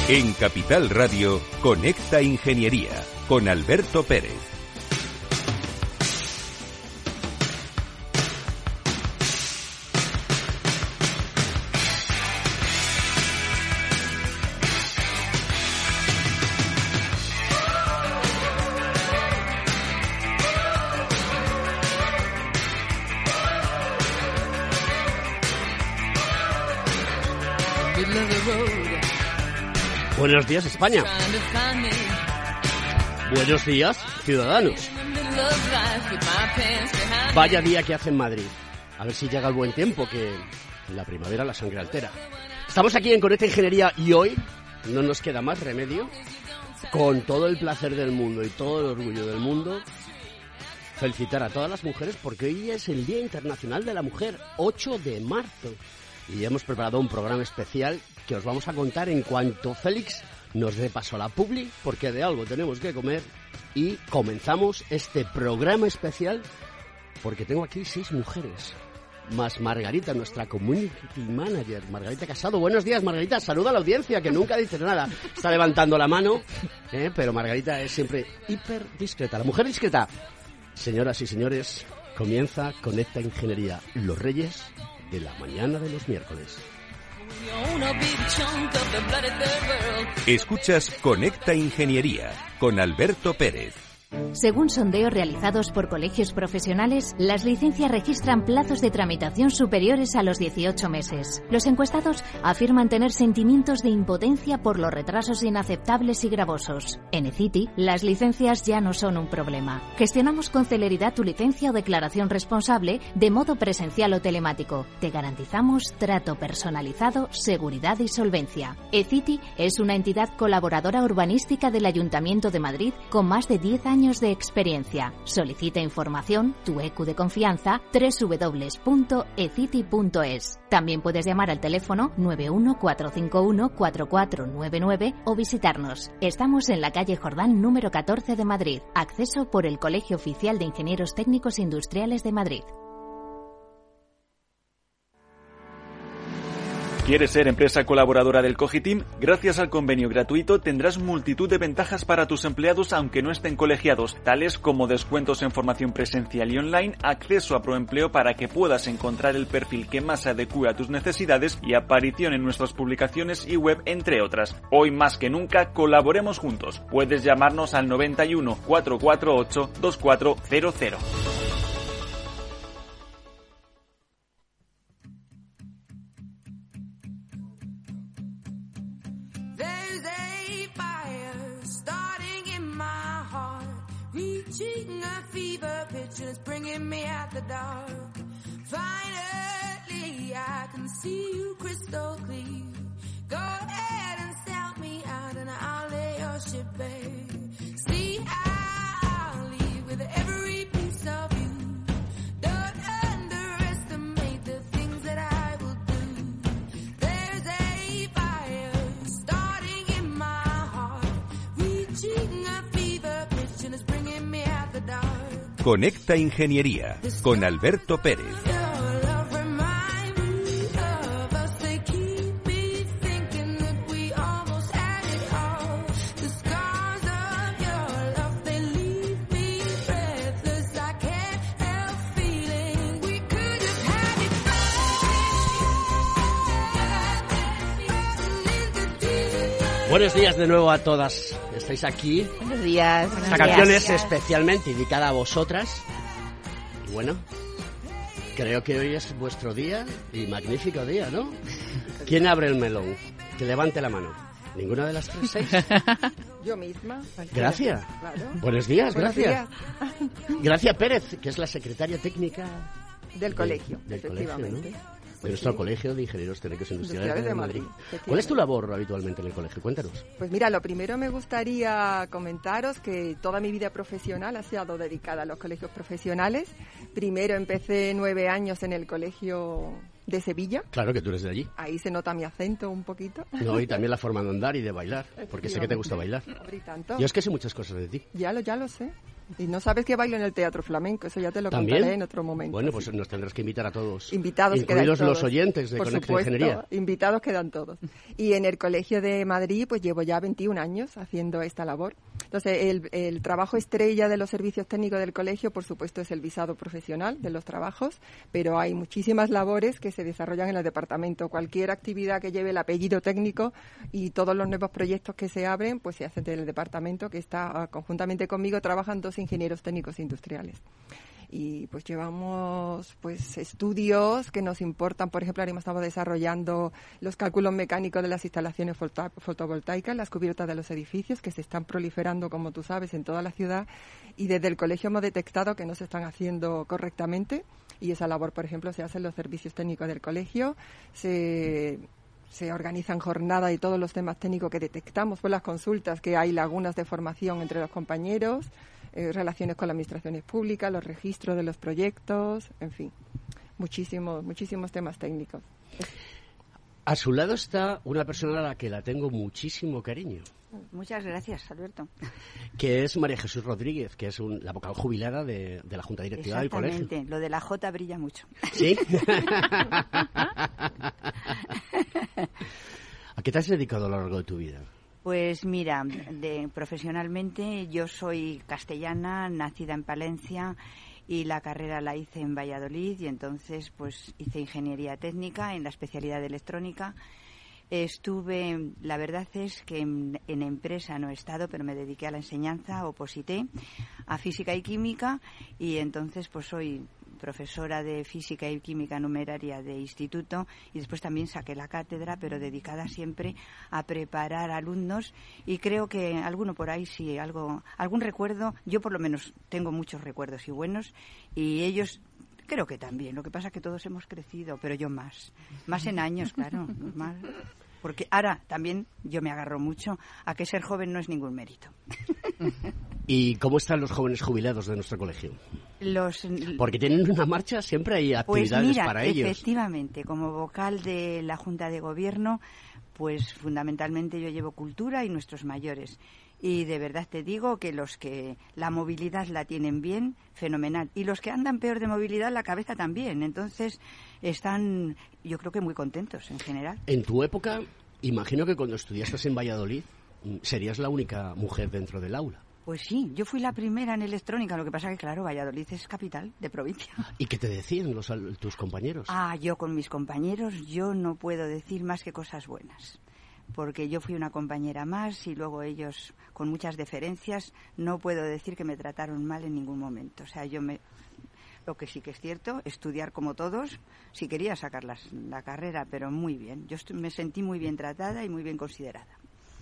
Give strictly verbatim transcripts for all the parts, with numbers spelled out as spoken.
En Capital Radio, Conecta Ingeniería, con Alberto Pérez. Buenos días, España. Buenos días, ciudadanos. Vaya día que hace en Madrid. A ver si llega el buen tiempo, que en la primavera la sangre altera. Estamos aquí en Conecta Ingeniería y hoy no nos queda más remedio, con todo el placer del mundo y todo el orgullo del mundo, felicitar a todas las mujeres porque hoy es el Día Internacional de la Mujer, ocho de marzo. Y hemos preparado un programa especial que os vamos a contar en cuanto Félix nos dé paso a la publi, porque de algo tenemos que comer. Y comenzamos este programa especial porque tengo aquí seis mujeres, más Margarita, nuestra community manager. Margarita Casado, buenos días, Margarita. Saluda a la audiencia, que nunca dice nada. Está levantando la mano, ¿eh? Pero Margarita es siempre hiper discreta. La mujer discreta. Señoras y señores, comienza Conecta Ingeniería, los reyes de la mañana de los miércoles. Escuchas Conecta Ingeniería con Alberto Pérez. Según sondeos realizados por colegios profesionales, las licencias registran plazos de tramitación superiores a los dieciocho meses. Los encuestados afirman tener sentimientos de impotencia por los retrasos inaceptables y gravosos. En eCity, las licencias ya no son un problema. Gestionamos con celeridad tu licencia o declaración responsable de modo presencial o telemático. Te garantizamos trato personalizado, seguridad y solvencia. eCity es una entidad colaboradora urbanística del Ayuntamiento de Madrid con más de diez años de experiencia. Solicita información, tu E Q de confianza, doble u doble u doble u punto e city punto es. También puedes llamar al teléfono nueve uno cuatro cinco uno cuatro cuatro nueve nueve o visitarnos. Estamos en la calle Jordán número catorce de Madrid. Acceso por el Colegio Oficial de Ingenieros Técnicos Industriales de Madrid. ¿Quieres ser empresa colaboradora del Cogitim? Gracias al convenio gratuito tendrás multitud de ventajas para tus empleados aunque no estén colegiados, tales como descuentos en formación presencial y online, acceso a Proempleo para que puedas encontrar el perfil que más se adecue a tus necesidades y aparición en nuestras publicaciones y web, entre otras. Hoy más que nunca, colaboremos juntos. Puedes llamarnos al noventa y uno, cuatrocientos cuarenta y ocho, veinticuatro cero cero. Reaching a fever pitch and it's bringing me out the dark. Finally, I can see you crystal clear. Go ahead and sell me out and I'll lay your ship bare. See, I'll leave with every piece of you. Don't underestimate the things that I will do. There's a fire starting in my heart, reaching a fever pitch and it's bringing me out the dark. Conecta Ingeniería con Alberto Pérez. Buenos días de nuevo a todas. Estáis aquí. Buenos días. Esta canción es especialmente dedicada a vosotras. Y bueno, creo que hoy es vuestro día y magnífico día, ¿no? ¿Quién abre el melón? Que levante la mano. ¿Ninguna de las tres seis? Yo misma. Gracias. Claro. Buenos días, Buenos gracias. días. Gracias Pérez, que es la secretaria técnica del colegio, del efectivamente. colegio, ¿no? Pues de nuestro sí. Colegio de Ingenieros Técnicos Industriales, Industriales de de Madrid. Madrid, ¿Cuál es tu labor habitualmente en el colegio? Cuéntanos. Pues mira, lo primero me gustaría comentaros que toda mi vida profesional ha sido dedicada a los colegios profesionales. Primero empecé nueve años en el Colegio de Sevilla. Claro que tú eres de allí. Ahí se nota mi acento un poquito. No, y también la forma de andar y de bailar, porque sé que te gusta bailar. Y tanto. Yo es que sé muchas cosas de ti. Ya lo, ya lo sé. Y no sabes que bailo en el teatro flamenco, eso ya te lo ¿También? contaré en otro momento. Bueno, pues nos tendrás que invitar a todos. Invitados quedan incluidos todos. los oyentes de Por Conecta supuesto, Ingeniería. invitados quedan todos. Y en el Colegio de Madrid, pues llevo ya veintiún años haciendo esta labor. Entonces, el, el trabajo estrella de los servicios técnicos del colegio, por supuesto, es el visado profesional de los trabajos, pero hay muchísimas labores que se desarrollan en el departamento. Cualquier actividad que lleve el apellido técnico y todos los nuevos proyectos que se abren, pues se hacen del departamento, que está uh, conjuntamente conmigo, trabajan dos ingenieros técnicos industriales. Y pues llevamos pues estudios que nos importan. Por ejemplo, ahora mismo estamos desarrollando los cálculos mecánicos de las instalaciones foto- fotovoltaicas, las cubiertas de los edificios, que se están proliferando, como tú sabes, en toda la ciudad. Y desde el colegio hemos detectado que no se están haciendo correctamente. Y esa labor, por ejemplo, se hace en los servicios técnicos del colegio. Se... Se organizan jornadas y todos los temas técnicos que detectamos por las consultas, que hay lagunas de formación entre los compañeros, eh, relaciones con las administraciones públicas, los registros de los proyectos, en fin, muchísimos, muchísimos temas técnicos. A su lado está una persona a la que la tengo muchísimo cariño, Muchas gracias, Alberto. que es María Jesús Rodríguez, que es un- la vocal jubilada de, de la Junta Directiva del Colegio. Exactamente, lo de la J brilla mucho. ¿Sí? ¿A qué te has dedicado a lo largo de tu vida? Pues mira, de, profesionalmente yo soy castellana, nacida en Palencia y la carrera la hice en Valladolid y entonces pues hice ingeniería técnica en la especialidad de electrónica. Estuve, la verdad es que en, en empresa no he estado, pero me dediqué a la enseñanza, oposité a física y química y entonces pues soy profesora de física y química numeraria de instituto y después también saqué la cátedra, pero dedicada siempre a preparar alumnos y creo que alguno por ahí sí, algo, algún recuerdo, yo por lo menos tengo muchos recuerdos y buenos y ellos creo que también, lo que pasa es que todos hemos crecido, pero yo más, más en años, claro, normal. Porque ahora también yo me agarro mucho a que ser joven no es ningún mérito. ¿Y cómo están los jóvenes jubilados de nuestro colegio? Los, Porque tienen una marcha, siempre hay pues actividades mira, para ellos. efectivamente, como vocal de la Junta de Gobierno, pues fundamentalmente yo llevo cultura y nuestros mayores. Y de verdad te digo que los que la movilidad la tienen bien, fenomenal. Y los que andan peor de movilidad, la cabeza también. Entonces están, yo creo que muy contentos en general. En tu época, imagino que cuando estudiaste en Valladolid, mm, serías la única mujer dentro del aula. Pues sí, yo fui la primera en electrónica. Lo que pasa que, claro, Valladolid es capital de provincia. ¿Y qué te decían los, al- tus compañeros? Ah, yo con mis compañeros, yo no puedo decir más que cosas buenas. Porque yo fui una compañera más y luego ellos, con muchas deferencias, no puedo decir que me trataron mal en ningún momento. O sea, yo me... Lo que sí que es cierto, estudiar como todos, sí quería sacar las- la carrera, pero muy bien. Yo estu- me sentí muy bien tratada y muy bien considerada.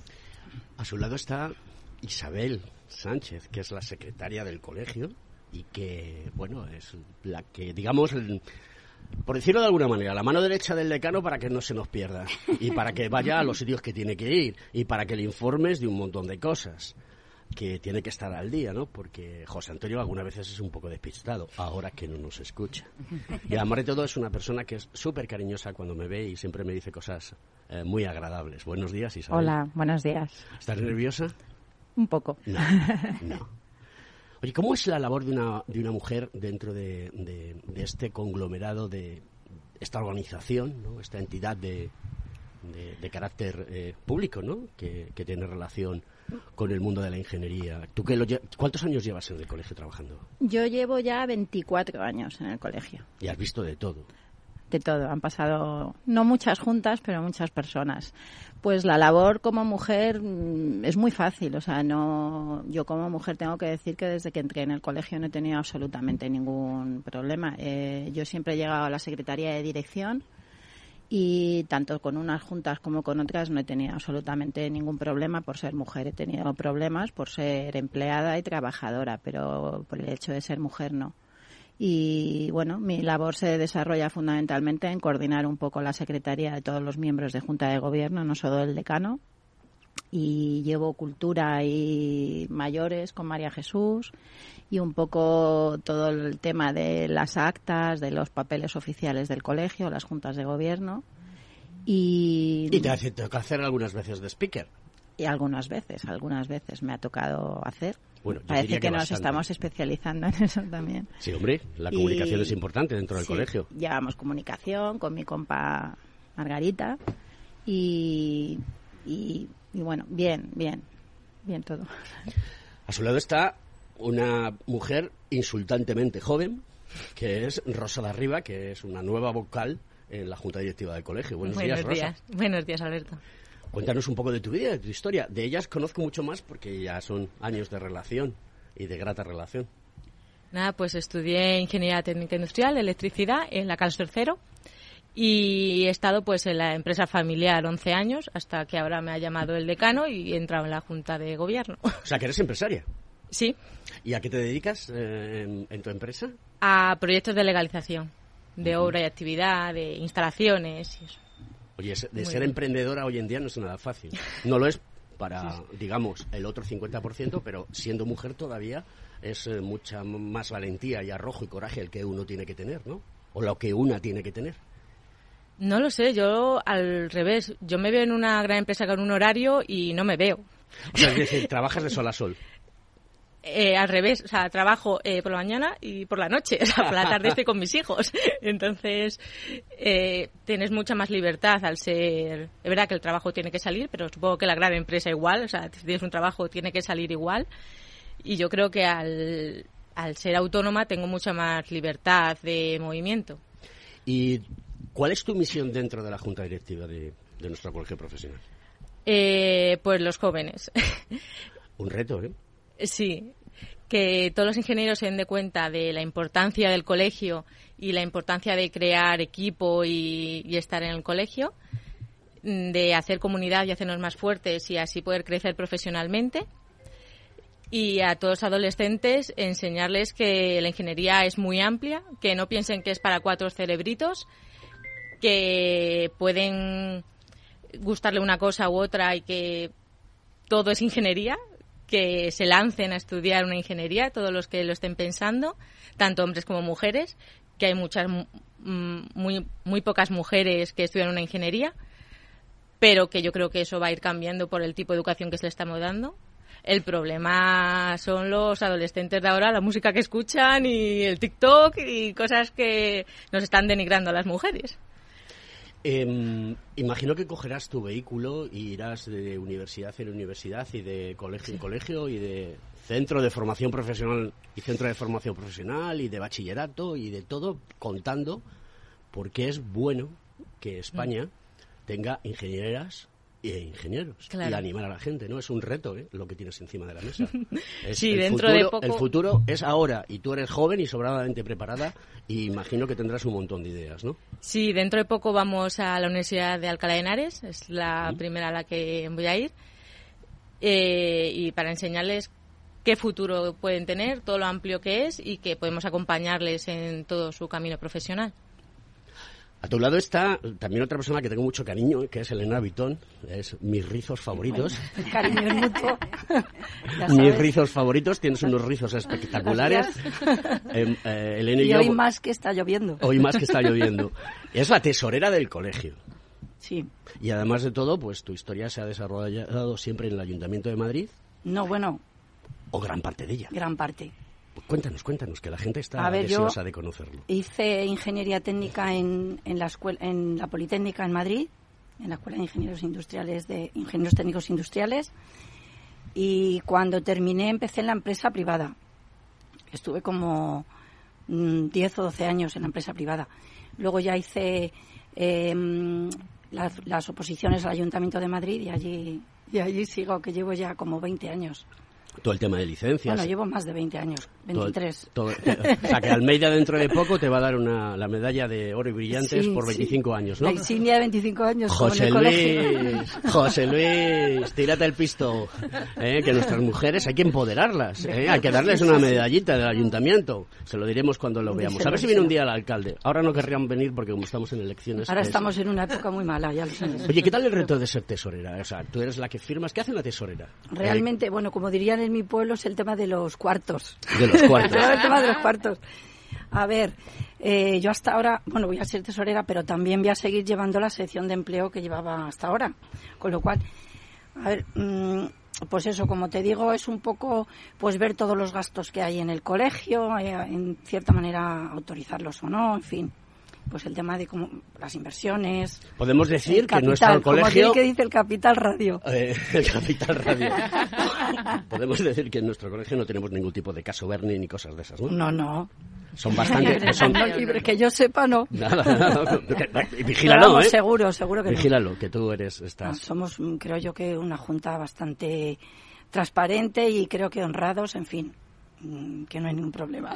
A su lado está Isabel Sánchez, que es la secretaria del colegio y que, bueno, es la que, digamos, el- por decirlo de alguna manera, la mano derecha del decano para que no se nos pierda y para que vaya a los sitios que tiene que ir y para que le informes de un montón de cosas que tiene que estar al día, ¿no? Porque José Antonio algunas veces es un poco despistado, ahora que no nos escucha. Y además de todo es una persona que es súper cariñosa cuando me ve y siempre me dice cosas eh, muy agradables. Buenos días, Isabel. Hola, buenos días. ¿Estás nerviosa? Un poco. No, no. Oye, ¿cómo es la labor de una, de una mujer dentro de, de, de este conglomerado, de esta organización, ¿no? Esta entidad de, de, de carácter eh, público, ¿no? Que, que tiene relación con el mundo de la ingeniería? ¿Tú qué lo lle- ¿Cuántos años llevas en el colegio trabajando? Yo llevo ya veinticuatro años en el colegio. Y has visto de todo. De todo. Han pasado no muchas juntas, pero muchas personas. Pues la labor como mujer mm, es muy fácil. O sea, no, yo como mujer tengo que decir que desde que entré en el colegio no he tenido absolutamente ningún problema. Eh, yo siempre he llegado a la Secretaría de Dirección y tanto con unas juntas como con otras no he tenido absolutamente ningún problema por ser mujer. He tenido problemas por ser empleada y trabajadora, pero por el hecho de ser mujer no. Y bueno, mi labor se desarrolla fundamentalmente en coordinar un poco la secretaría de todos los miembros de Junta de Gobierno, no solo el decano, y llevo cultura y mayores con María Jesús y un poco todo el tema de las actas, de los papeles oficiales del colegio, las juntas de gobierno. Y, y te hace toca hacer algunas veces de speaker. Y algunas veces, algunas veces me ha tocado hacer. Bueno, Parece que, que nos bastante. Estamos especializando en eso también. Sí, hombre, la comunicación y, es importante dentro del sí, colegio. Llevamos comunicación con mi compa Margarita y, y, y bueno, bien, bien, bien todo. A su lado está una mujer insultantemente joven, que es Rosa de Arriba, que es una nueva vocal en la Junta Directiva del colegio. Buenos, Buenos días, días, Rosa. Buenos días, Alberto. Cuéntanos un poco de tu vida, de tu historia. De ellas conozco mucho más porque ya son años de relación y de grata relación. Nada, pues estudié Ingeniería Técnica Industrial, Electricidad, en la Carlos tercero y he estado pues en la empresa familiar once años hasta que ahora me ha llamado el decano y he entrado en la Junta de Gobierno. O sea, que eres empresaria. Sí. ¿Y a qué te dedicas eh, en, en tu empresa? A proyectos de legalización, de uh-huh. obra y actividad, de instalaciones y eso. Oye, de Muy ser bien. emprendedora hoy en día no es nada fácil. No lo es para, digamos, el otro cincuenta por ciento, pero siendo mujer todavía es eh, mucha más valentía y arrojo y coraje el que uno tiene que tener, ¿no? O lo que una tiene que tener. No lo sé, yo al revés. Yo me veo en una gran empresa con un horario y no me veo. O sea, es decir, trabajas de sol a sol. Eh, al revés, o sea, trabajo eh, por la mañana y por la noche, o sea, por la tarde estoy con mis hijos. Entonces, eh, tienes mucha más libertad al ser... Es verdad que el trabajo tiene que salir, pero supongo que la gran empresa igual, o sea, si tienes un trabajo tiene que salir igual. Y yo creo que al, al ser autónoma tengo mucha más libertad de movimiento. ¿Y cuál es tu misión dentro de la Junta Directiva de, de nuestro colegio profesional? Eh, pues los jóvenes. Un reto, ¿eh? Sí, que todos los ingenieros se den de cuenta de la importancia del colegio y la importancia de crear equipo y, y estar en el colegio, de hacer comunidad y hacernos más fuertes y así poder crecer profesionalmente. Y a todos los adolescentes enseñarles que la ingeniería es muy amplia, que no piensen que es para cuatro cerebritos, que pueden gustarle una cosa u otra y que todo es ingeniería, que se lancen a estudiar una ingeniería, todos los que lo estén pensando, tanto hombres como mujeres, que hay muchas muy muy pocas mujeres que estudian una ingeniería, pero que yo creo que eso va a ir cambiando por el tipo de educación que se le estamos dando. El problema son los adolescentes de ahora, la música que escuchan y el TikTok y cosas que nos están denigrando a las mujeres. Eh, imagino que cogerás tu vehículo y irás de universidad en universidad y de colegio en colegio y de centro de formación profesional y centro de formación profesional y de bachillerato y de todo, contando por qué es bueno que España mm. tenga ingenieras e ingenieros, claro. Y animar a la gente, ¿no? Es un reto, ¿eh? Lo que tienes encima de la mesa. Es sí, el dentro futuro, de poco... El futuro es ahora y tú eres joven y sobradamente preparada y imagino que tendrás un montón de ideas, ¿no? Sí, dentro de poco vamos a la Universidad de Alcalá de Henares, es la ¿Sí? primera a la que voy a ir, eh, y para enseñarles qué futuro pueden tener, todo lo amplio que es y que podemos acompañarles en todo su camino profesional. A tu lado está también otra persona que tengo mucho cariño, que es Elena Vitón, es mis rizos favoritos. Bueno, cariño es mutuo. Mis rizos favoritos, tienes unos rizos espectaculares. Eh, eh, Elena y, y yo, hoy más que está lloviendo. Hoy más que está lloviendo. Es la tesorera del colegio. Sí. Y además de todo, pues tu historia se ha desarrollado siempre en el Ayuntamiento de Madrid. No, bueno. O gran parte de ella. Gran parte. Cuéntanos, cuéntanos, que la gente está a ver, deseosa de conocerlo. Hice ingeniería técnica en, en, la escuela, en la Politécnica en Madrid, en la Escuela de Ingenieros Industriales de Ingenieros Técnicos Industriales, y cuando terminé empecé en la empresa privada. Estuve como mmm, diez o doce años en la empresa privada. Luego ya hice eh, las, las oposiciones al Ayuntamiento de Madrid y allí, y allí sigo, que llevo ya como veinte años. Todo el tema de licencias. Bueno, llevo más de veinte años, veintitrés. Todo, todo, o sea, que Almeida dentro de poco te va a dar una, la medalla de oro y brillantes Sí, por veinticinco sí. años, ¿no? La insignia de veinticinco años. José como en el Luis, colegio. José Luis, tírate el pisto. ¿eh? Que nuestras mujeres hay que empoderarlas, ¿eh? Hay que darles una medallita del ayuntamiento. Se lo diremos cuando lo veamos. A ver si viene un día el alcalde. Ahora no querrían venir porque como estamos en elecciones... Ahora es... estamos en una época muy mala, ya lo sabes. Oye, ¿qué tal el reto de ser tesorera? O sea, tú eres la que firmas. ¿Qué hace una tesorera? Realmente, bueno, como dirían en mi pueblo, es el tema de los cuartos. De los cuartos. El tema de los cuartos. A ver, eh, yo hasta ahora, bueno, voy a ser tesorera, pero también voy a seguir llevando la sección de empleo que llevaba hasta ahora. Con lo cual, a ver, mmm, pues eso, como te digo, es un poco pues ver todos los gastos que hay en el colegio, eh, en cierta manera autorizarlos o no, en fin. Pues el tema de como las inversiones. Podemos decir capital, que nuestro colegio... Como que dice el Capital Radio. Eh, el Capital Radio. Podemos decir que en nuestro colegio no tenemos ningún tipo de caso Berni ni cosas de esas, ¿no? No, no. Son bastante... Son... No, libre, que yo sepa, no. Nada, nada. Vigílalo, vamos, ¿eh? Seguro, seguro que Vigílalo, no. que tú eres... Estás... No, somos, creo yo, que una junta bastante transparente y creo que honrados, en fin, que no hay ningún problema.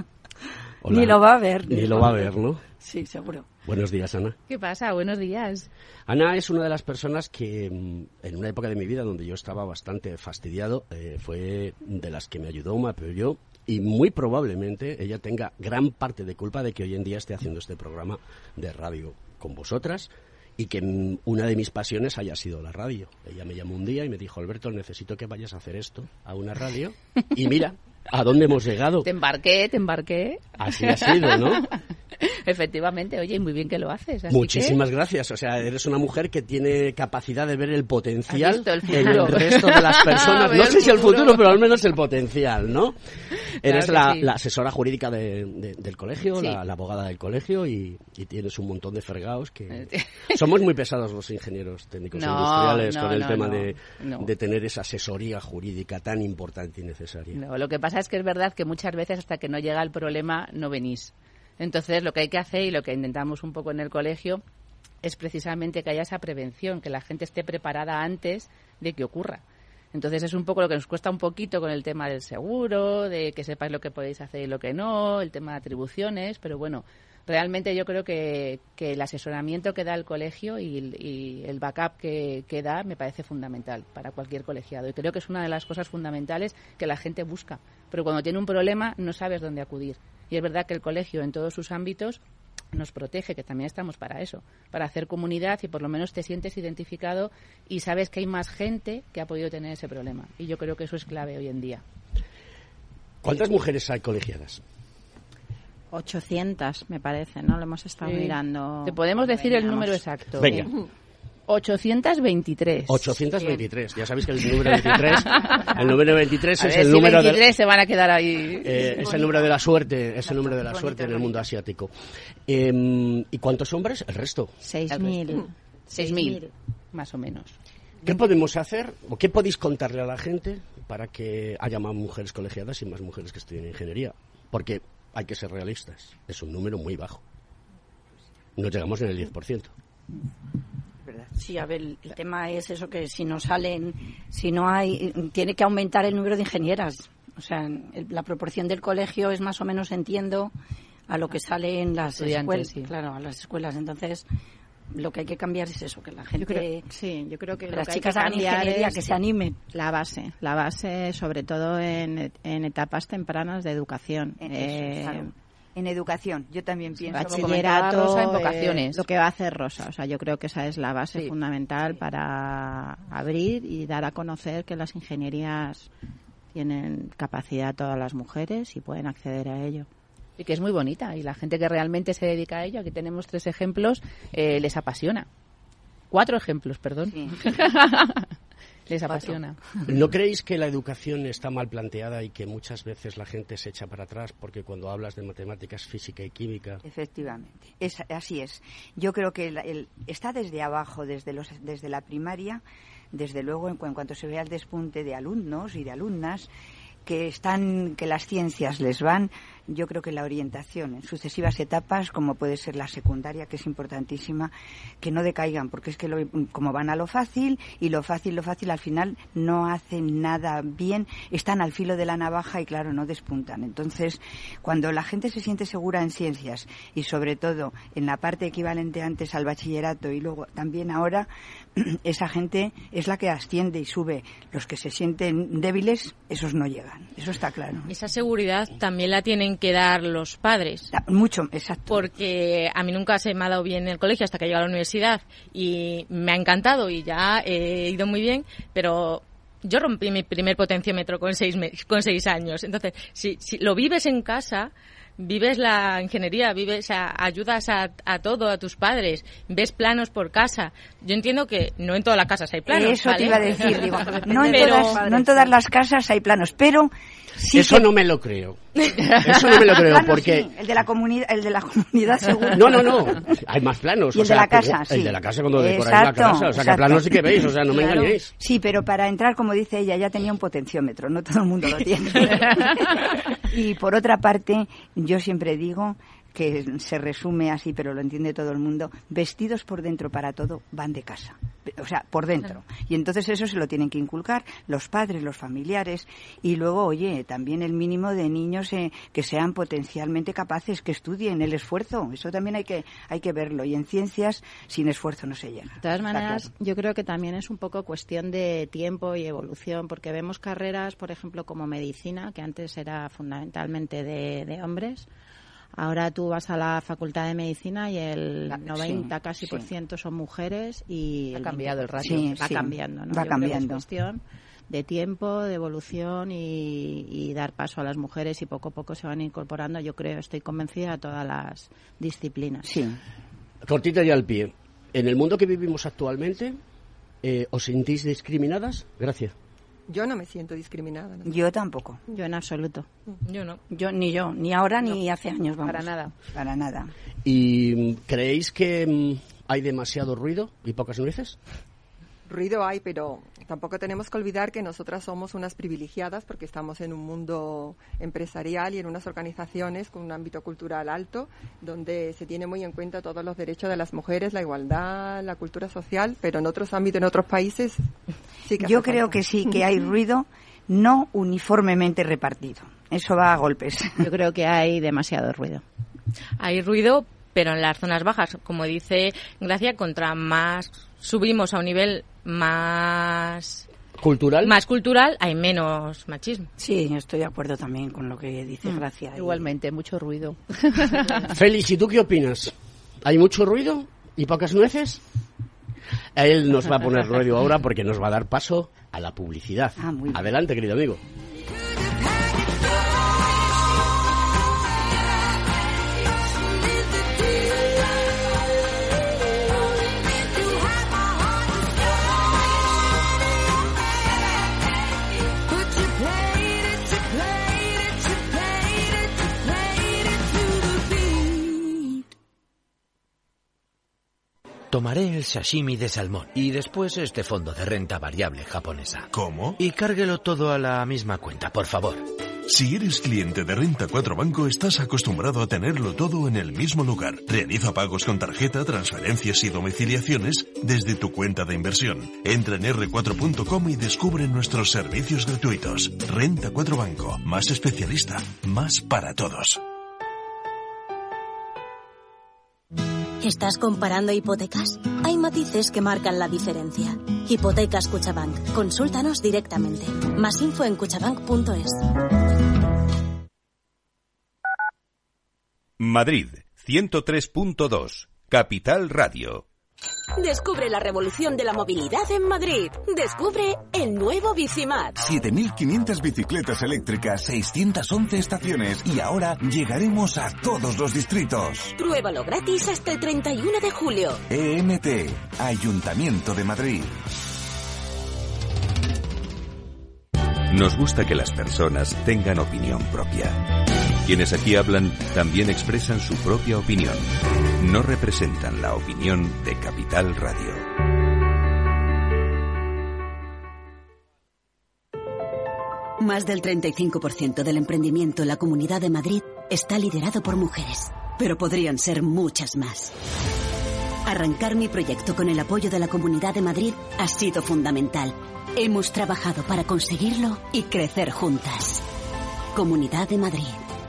Hola. Ni lo va a ver. Ni, ni lo va a ver, ¿no? Sí, seguro. Buenos días, Ana. ¿Qué pasa? Buenos días. Ana es una de las personas que en una época de mi vida donde yo estaba bastante fastidiado, eh, fue de las que me ayudó, me apoyó y muy probablemente ella tenga gran parte de culpa de que hoy en día esté haciendo este programa de radio con vosotras y que una de mis pasiones haya sido la radio. Ella me llamó un día y me dijo, Alberto, necesito que vayas a hacer esto a una radio y mira, ¿a dónde hemos llegado? Te embarqué, te embarqué. Así ha sido, ¿no? Efectivamente, oye, muy bien que lo haces. Así Muchísimas que... gracias. O sea, eres una mujer que tiene capacidad de ver el potencial el en el resto de las personas. No sé si el futuro, pero al menos el potencial, ¿no? Eres Claro la, sí. la asesora jurídica de, de, del colegio, Sí. la, la abogada del colegio y, y tienes un montón de fregados que... Somos muy pesados los ingenieros técnicos No, industriales no, con el no, tema no, de, no. de tener esa asesoría jurídica tan importante y necesaria. No, lo que pasa es que es verdad que muchas veces hasta que no llega el problema no venís. Entonces, lo que hay que hacer y lo que intentamos un poco en el colegio es precisamente que haya esa prevención, que la gente esté preparada antes de que ocurra. Entonces, es un poco lo que nos cuesta un poquito con el tema del seguro, de que sepáis lo que podéis hacer y lo que no, el tema de atribuciones, pero bueno, realmente yo creo que, que el asesoramiento que da el colegio y, y el backup que, que da me parece fundamental para cualquier colegiado. Y creo que es una de las cosas fundamentales que la gente busca. Pero cuando tiene un problema no sabes dónde acudir. Y es verdad que el colegio en todos sus ámbitos nos protege, que también estamos para eso, para hacer comunidad y por lo menos te sientes identificado y sabes que hay más gente que ha podido tener ese problema. Y yo creo que eso es clave hoy en día. ¿Cuántas mujeres hay colegiadas? ochocientas, me parece, ¿no? Lo hemos estado Sí. mirando. Te podemos decir el Veníamos. número exacto. Venga. ochocientos veintitrés. ochocientos veintitrés. Ya sabéis que el número veintitrés, el número veintitrés A es ver el si número veintitrés de... se van a quedar ahí. Eh, es el número de la suerte, es el número de la suerte en el mundo asiático. Eh, ¿Y cuántos hombres? El resto. seis mil. seis mil, más o menos. ¿Qué podemos hacer o qué podéis contarle a la gente para que haya más mujeres colegiadas y más mujeres que estudien ingeniería? Porque hay que ser realistas, es un número muy bajo. No llegamos en el diez por ciento. Sí, a ver, el, el tema es eso, que si no salen, si no hay, tiene que aumentar el número de ingenieras. O sea, el, la proporción del colegio es más o menos, entiendo, a lo que sale en las escuelas. Sí. Claro, a las escuelas. Entonces, lo que hay que cambiar es eso, que la gente... Yo creo, sí, yo creo que, que lo las que hay chicas que hagan cambiar ingeniería, es que se animen. La base, la base sobre todo en, en etapas tempranas de educación. En, eso, Eh, claro. En educación, yo también pienso. Bachillerato, Rosa, en eh, vocaciones. lo que va a hacer Rosa. O sea, yo creo que esa es la base Sí. fundamental para abrir y dar a conocer que las ingenierías tienen capacidad todas las mujeres y pueden acceder a ello. Y que es muy bonita. Y la gente que realmente se dedica a ello, aquí tenemos tres ejemplos, eh, les apasiona. Cuatro ejemplos, perdón. Sí. Les apasiona. ¿No creéis que la educación está mal planteada y que muchas veces la gente se echa para atrás porque cuando hablas de matemáticas, física y química... Efectivamente, es, así es. Yo creo que el, el, está desde abajo, desde, los, desde la primaria, desde luego en, en cuanto se vea el despunte de alumnos y de alumnas que están, que las ciencias les van, yo creo que la orientación en sucesivas etapas, como puede ser la secundaria, que es importantísima, que no decaigan, porque es que lo, como van a lo fácil, y lo fácil, lo fácil, al final no hacen nada bien, están al filo de la navaja y claro, no despuntan. Entonces, cuando la gente se siente segura en ciencias y sobre todo en la parte equivalente antes al bachillerato y luego también ahora, esa gente es la que asciende y sube. Los que se sienten débiles, esos no llegan. Eso está claro. Esa seguridad también la tienen que dar los padres. Mucho, exacto. Porque a mí nunca se me ha dado bien el colegio hasta que llegué a la universidad y me ha encantado y ya he ido muy bien, pero yo rompí mi primer potenciómetro con seis, con seis años. Entonces, si, si lo vives en casa, vives la ingeniería, vives a, ayudas a, a todo, a tus padres, ves planos por casa. Yo entiendo que no en todas las casas hay planos. Eso ¿vale? te iba a decir, digo, no en, pero, todas, no en todas las casas hay planos, pero sí eso que... no me lo creo. Eso no me lo creo, Plano, porque... sí, el de la comunidad, el de la comunidad seguro. No, no, no. Hay más planos. Y el o sea, de la casa, sí. El de la casa cuando decoráis la Exacto, casa. O sea, exacto. que planos sí que veis, o sea, no me Claro. engañéis. Sí, pero para entrar, como dice ella, ya tenía un potenciómetro, no todo el mundo lo tiene. Y por otra parte, yo siempre digo que se resume así, pero lo entiende todo el mundo, vestidos por dentro para todo van de casa, o sea, por dentro. Y entonces eso se lo tienen que inculcar los padres, los familiares, y luego, oye, también el mínimo de niños eh, que sean potencialmente capaces, que estudien el esfuerzo, eso también hay que hay que verlo, y en ciencias sin esfuerzo no se llega. De todas maneras, claro. yo creo que también es un poco cuestión de tiempo y evolución, porque vemos carreras, por ejemplo, como medicina, que antes era fundamentalmente de, de hombres. Ahora tú vas a la Facultad de Medicina y el noventa sí, casi sí. por ciento son mujeres y Ha el cambiado el ratio. Sí, va Sí, cambiando, ¿no? va Yo cambiando. creo que es cuestión de tiempo, de evolución y, y dar paso a las mujeres y poco a poco se van incorporando, yo creo, estoy convencida, a todas las disciplinas. Sí. Cortita ya al pie. En el mundo que vivimos actualmente, eh, ¿os sentís discriminadas? Gracias. Yo no me siento discriminada. ¿no? Yo tampoco. Yo en absoluto. Yo no. Yo ni yo, ni ahora ni hace años, vamos. Para nada. Para nada. ¿Y mm, creéis que mm, hay demasiado ruido y pocas nueces? Ruido hay, pero tampoco tenemos que olvidar que nosotras somos unas privilegiadas porque estamos en un mundo empresarial y en unas organizaciones con un ámbito cultural alto, donde se tiene muy en cuenta todos los derechos de las mujeres, la igualdad, la cultura social, pero en otros ámbitos, en otros países, sí que Yo hace creo falta. que sí, que hay ruido no uniformemente repartido. Eso va a golpes. Yo creo que hay demasiado ruido. Hay ruido, pero en las zonas bajas, como dice Gracia, contra más subimos a un nivel más ¿Cultural? más cultural, hay menos machismo. Sí, estoy de acuerdo también con lo que dice Mm. Gracia. Igualmente, mucho ruido. Félix, ¿y tú qué opinas? ¿Hay mucho ruido y pocas nueces? Él nos va a poner ruido ahora porque nos va a dar paso a la publicidad. Ah, muy bien. Adelante, querido amigo. Tomaré el sashimi de salmón y después este fondo de renta variable japonesa. ¿Cómo? Y cárguelo todo a la misma cuenta, por favor. Si eres cliente de Renta cuatro Banco, estás acostumbrado a tenerlo todo en el mismo lugar. Realiza pagos con tarjeta, transferencias y domiciliaciones desde tu cuenta de inversión. Entra en erre cuatro punto com y descubre nuestros servicios gratuitos. Renta cuatro Banco, más especialista, más para todos. ¿Estás comparando hipotecas? Hay matices que marcan la diferencia. Hipotecas Cuchabank. Consúltanos directamente. Más info en cuchabank punto es. Madrid, ciento tres punto dos, Capital Radio. Descubre la revolución de la movilidad en Madrid. Descubre el nuevo Bicimat. siete mil quinientas bicicletas eléctricas, seiscientas once estaciones y ahora llegaremos a todos los distritos. Pruébalo gratis hasta el treinta y uno de julio. E M T, Ayuntamiento de Madrid. Nos gusta que las personas tengan opinión propia. Quienes aquí hablan también expresan su propia opinión. No representan la opinión de Capital Radio. Más del treinta y cinco por ciento del emprendimiento en la Comunidad de Madrid está liderado por mujeres, pero podrían ser muchas más. Arrancar mi proyecto con el apoyo de la Comunidad de Madrid ha sido fundamental. Hemos trabajado para conseguirlo y crecer juntas. Comunidad de Madrid.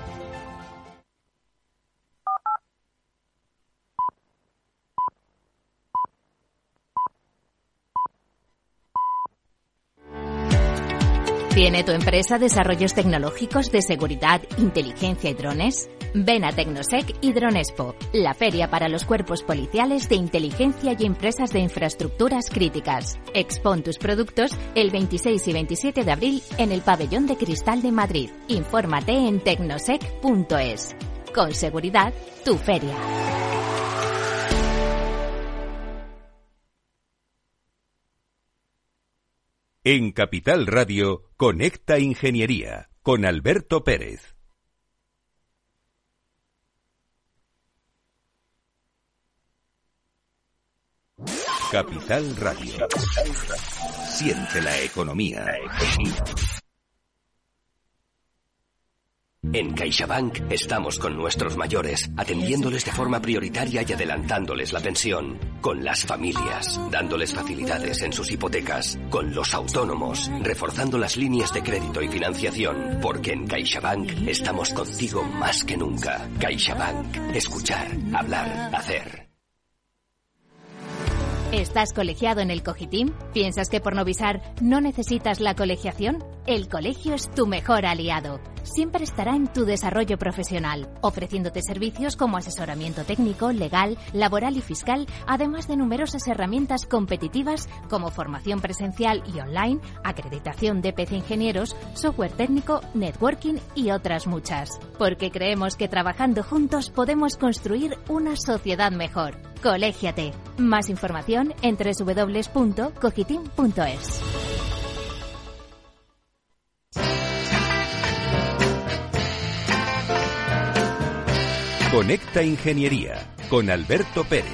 ¿Tiene tu empresa desarrollos tecnológicos de seguridad, inteligencia y drones? Ven a Tecnosec y Dronespo, la feria para los cuerpos policiales de inteligencia y empresas de infraestructuras críticas. Expon tus productos el veintiséis y veintisiete de abril en el Pabellón de Cristal de Madrid. Infórmate en tecnosec punto es. Con seguridad, tu feria. En Capital Radio, Conecta Ingeniería, con Alberto Pérez. Capital Radio. Siente la economía. En CaixaBank estamos con nuestros mayores, atendiéndoles de forma prioritaria y adelantándoles la pensión. Con las familias, dándoles facilidades en sus hipotecas. Con los autónomos, reforzando las líneas de crédito y financiación. Porque en CaixaBank estamos contigo más que nunca. CaixaBank. Escuchar, hablar, hacer. ¿Estás colegiado en el Cogitim? ¿Piensas que por Novisar no necesitas la colegiación? El colegio es tu mejor aliado. Siempre estará en tu desarrollo profesional, ofreciéndote servicios como asesoramiento técnico, legal, laboral y fiscal, además de numerosas herramientas competitivas como formación presencial y online, acreditación de P C ingenieros, software técnico, networking y otras muchas. Porque creemos que trabajando juntos podemos construir una sociedad mejor. Colégiate. Más información en doble u doble u doble u punto cogitim punto es. Conecta Ingeniería, con Alberto Pérez.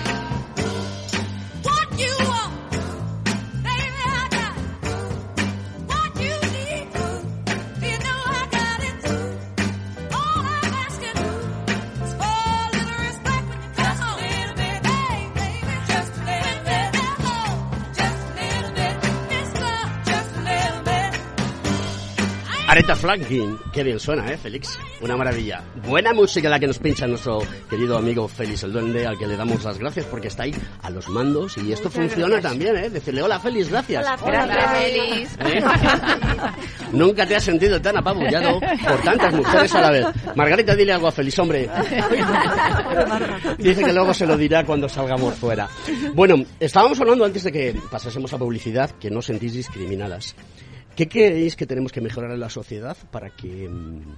Aretha Franklin, qué bien suena, ¿eh, Félix? Una maravilla. Buena música la que nos pincha nuestro querido amigo Félix el Duende, al que le damos las gracias porque está ahí a los mandos y esto Muchas funciona gracias. También, ¿eh? Decirle hola, Félix, gracias. Hola, hola Félix. ¿Eh? Nunca te has sentido tan apabullado por tantas mujeres a la vez. Margarita, dile algo a Félix, hombre. Dice que luego se lo dirá cuando salgamos fuera. Bueno, estábamos hablando antes de que pasásemos a publicidad, que no sentís discriminadas. ¿Qué creéis que tenemos que mejorar en la sociedad para que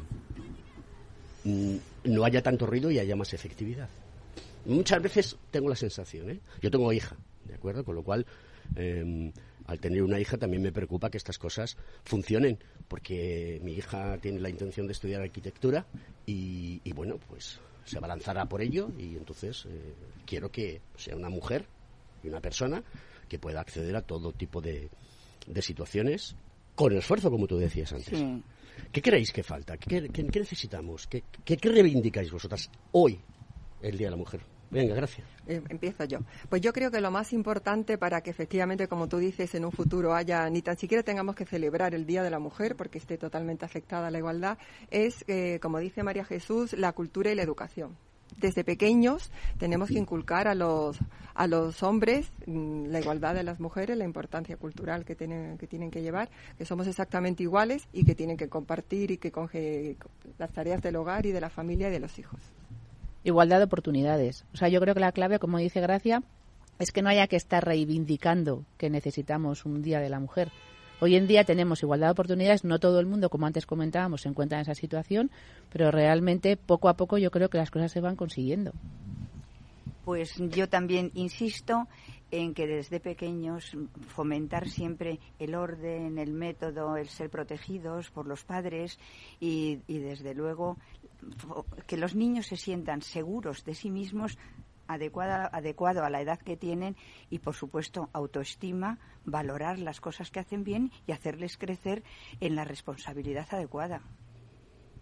mmm, no haya tanto ruido y haya más efectividad? Muchas veces tengo la sensación, ¿eh? Yo tengo hija, ¿de acuerdo? Con lo cual, eh, al tener una hija también me preocupa que estas cosas funcionen, porque mi hija tiene la intención de estudiar arquitectura y, y bueno, pues se va a lanzar a por ello y entonces eh, quiero que sea una mujer y una persona que pueda acceder a todo tipo de, de situaciones con esfuerzo, como tú decías antes. Sí. ¿Qué creéis que falta? ¿Qué, qué, qué necesitamos? ¿Qué, qué, ¿Qué reivindicáis vosotras hoy, el Día de la Mujer? Venga, gracias. Eh, empiezo yo. Pues yo creo que lo más importante para que efectivamente, como tú dices, en un futuro haya, ni tan siquiera tengamos que celebrar el Día de la Mujer, porque esté totalmente afectada la igualdad, es, eh, como dice María Jesús, la cultura y la educación. Desde pequeños tenemos que inculcar a los a los hombres mmm, la igualdad de las mujeres, la importancia cultural que tienen que tienen que llevar, que somos exactamente iguales y que tienen que compartir y que coge las tareas del hogar y de la familia y de los hijos. Igualdad de oportunidades. O sea, yo creo que la clave, como dice Gracia, es que no haya que estar reivindicando que necesitamos un Día de la Mujer. Hoy en día tenemos igualdad de oportunidades, no todo el mundo, como antes comentábamos, se encuentra en esa situación, pero realmente poco a poco yo creo que las cosas se van consiguiendo. Pues yo también insisto en que desde pequeños fomentar siempre el orden, el método, el ser protegidos por los padres y, y desde luego que los niños se sientan seguros de sí mismos, adecuada, adecuado a la edad que tienen y, por supuesto, autoestima, valorar las cosas que hacen bien y hacerles crecer en la responsabilidad adecuada.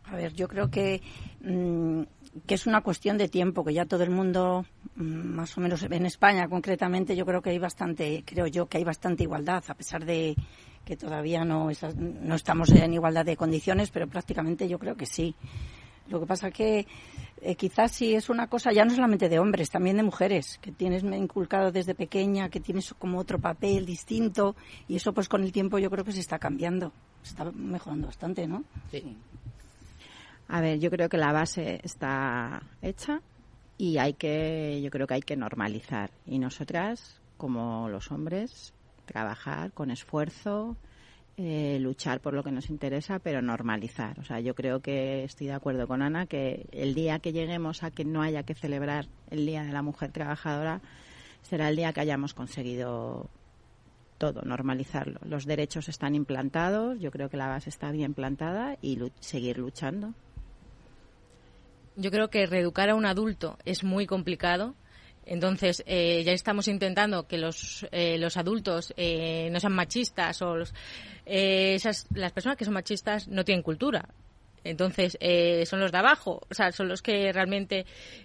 A ver, yo creo que, mmm, que es una cuestión de tiempo, que ya todo el mundo, mmm, más o menos en España concretamente, yo creo que hay bastante, creo yo que hay bastante igualdad, a pesar de que todavía no, es, no estamos en igualdad de condiciones, pero prácticamente yo creo que sí. Lo que pasa que eh, quizás sí es una cosa ya no solamente de hombres, también de mujeres, que tienes inculcado desde pequeña, que tienes como otro papel distinto, y eso pues con el tiempo yo creo que se está cambiando, se está mejorando bastante, ¿no? Sí. A ver, yo creo que la base está hecha y hay que, yo creo que hay que normalizar. Y nosotras, como los hombres, trabajar con esfuerzo, eh, luchar por lo que nos interesa, pero normalizar. O sea, yo creo que estoy de acuerdo con Ana que el día que lleguemos a que no haya que celebrar el Día de la Mujer Trabajadora será el día que hayamos conseguido todo, normalizarlo. Los derechos están implantados, yo creo que la base está bien plantada y lu- seguir luchando. Yo creo que reeducar a un adulto es muy complicado. Entonces, eh, ya estamos intentando que los eh, los adultos eh, no sean machistas o los, eh, esas, las personas que son machistas no tienen cultura. Entonces, eh, son los de abajo, o sea, son los que realmente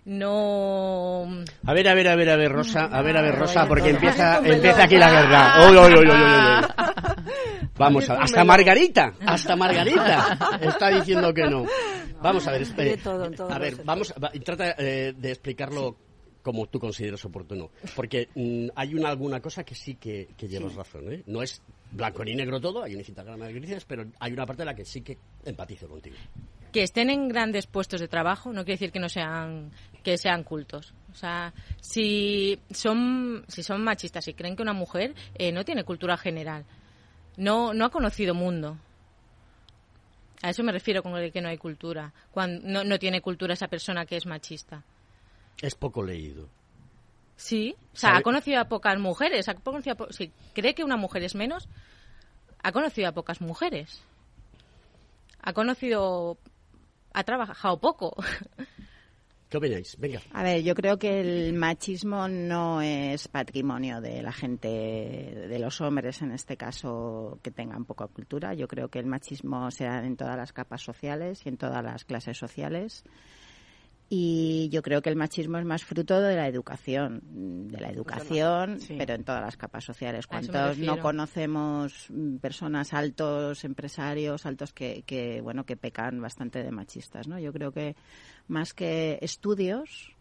no... A ver, a ver, a ver, a ver, Rosa, a ver, a ver, Rosa, porque empieza empieza aquí la guerra. ¡Oy, oy, oy, oy, oy! Vamos a ver, hasta Margarita, hasta Margarita está diciendo que no. Vamos a ver, espere. A ver, vamos, va, trata eh, de explicarlo como tú consideras oportuno, porque mm, hay una alguna cosa que sí que, que llevas sí. razón, ¿eh? No es blanco ni negro todo, hay un citagrama de grises, pero hay una parte de la que sí que empatizo contigo. Que estén en grandes puestos de trabajo no quiere decir que no sean que sean cultos. O sea, si son si son machistas y creen que una mujer eh, no tiene cultura general, no no ha conocido mundo. A eso me refiero con el que no hay cultura. Cuando no, no tiene cultura esa persona que es machista. Es poco leído. Sí, o sea, ¿sabe? Ha conocido a pocas mujeres. Ha conocido a po- si cree que una mujer es menos, ha conocido a pocas mujeres. Ha conocido, ha trabajado poco. ¿Qué opináis? Venga. A ver, yo creo que el machismo no es patrimonio de la gente, de los hombres en este caso, que tengan poca cultura. Yo creo que el machismo se da en todas las capas sociales y en todas las clases sociales. Y yo creo que el machismo es más fruto de la educación, de la educación, sí. pero en todas las capas sociales. ¿Cuántos no conocemos personas altos, empresarios altos que, que, bueno, que pecan bastante de machistas, ¿no? Yo creo que más que estudios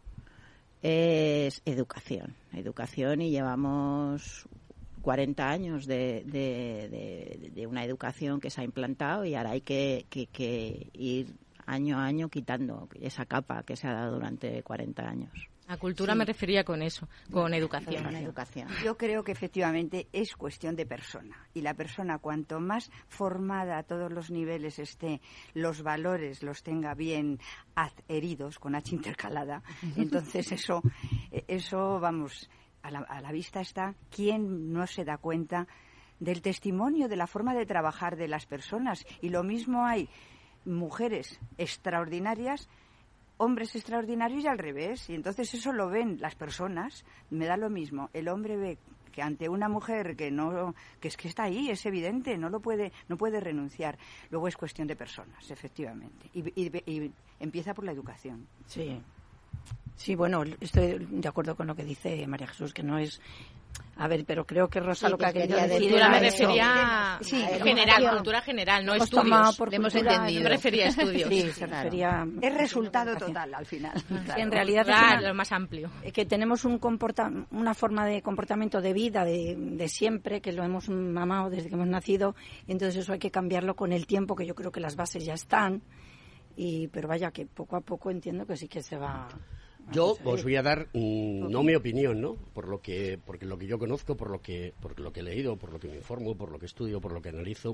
es educación, educación y llevamos cuarenta años de, de, de, de una educación que se ha implantado y ahora hay que, que, que ir año a año quitando esa capa que se ha dado durante cuarenta años. A cultura sí. me refería con eso, con educación. Con educación. Yo creo que efectivamente es cuestión de persona. Y la persona, cuanto más formada a todos los niveles esté, los valores los tenga bien adheridos, con H intercalada, entonces eso, eso vamos, a la, a la vista está. ¿Quién no se da cuenta del testimonio, de la forma de trabajar de las personas? Y lo mismo hay mujeres extraordinarias, hombres extraordinarios y al revés, y entonces eso lo ven las personas. Me da lo mismo, el hombre ve que ante una mujer que no, que es que está ahí, es evidente, no lo puede, no puede renunciar. Luego es cuestión de personas, efectivamente, y, y, y empieza por la educación. Sí, sí, bueno, estoy de acuerdo con lo que dice María Jesús, que no es. A ver, pero creo que Rosa sí, lo que ha querido decir cultura me refería sí, general, cultura general, no estudios. Por hemos entendido. Me refería a estudios. Sí, se claro. refería. Es resultado total al final. Claro. En realidad claro, es una, lo más amplio. Que tenemos un comporta, una forma de comportamiento de vida de, de siempre, que lo hemos mamado desde que hemos nacido, y entonces eso hay que cambiarlo con el tiempo, que yo creo que las bases ya están. Y pero vaya que poco a poco entiendo que sí que se va. Yo os voy a dar mmm, no mi opinión, ¿no? Por lo que porque lo que yo conozco, por lo que por lo que he leído, por lo que me informo, por lo que estudio, por lo que analizo,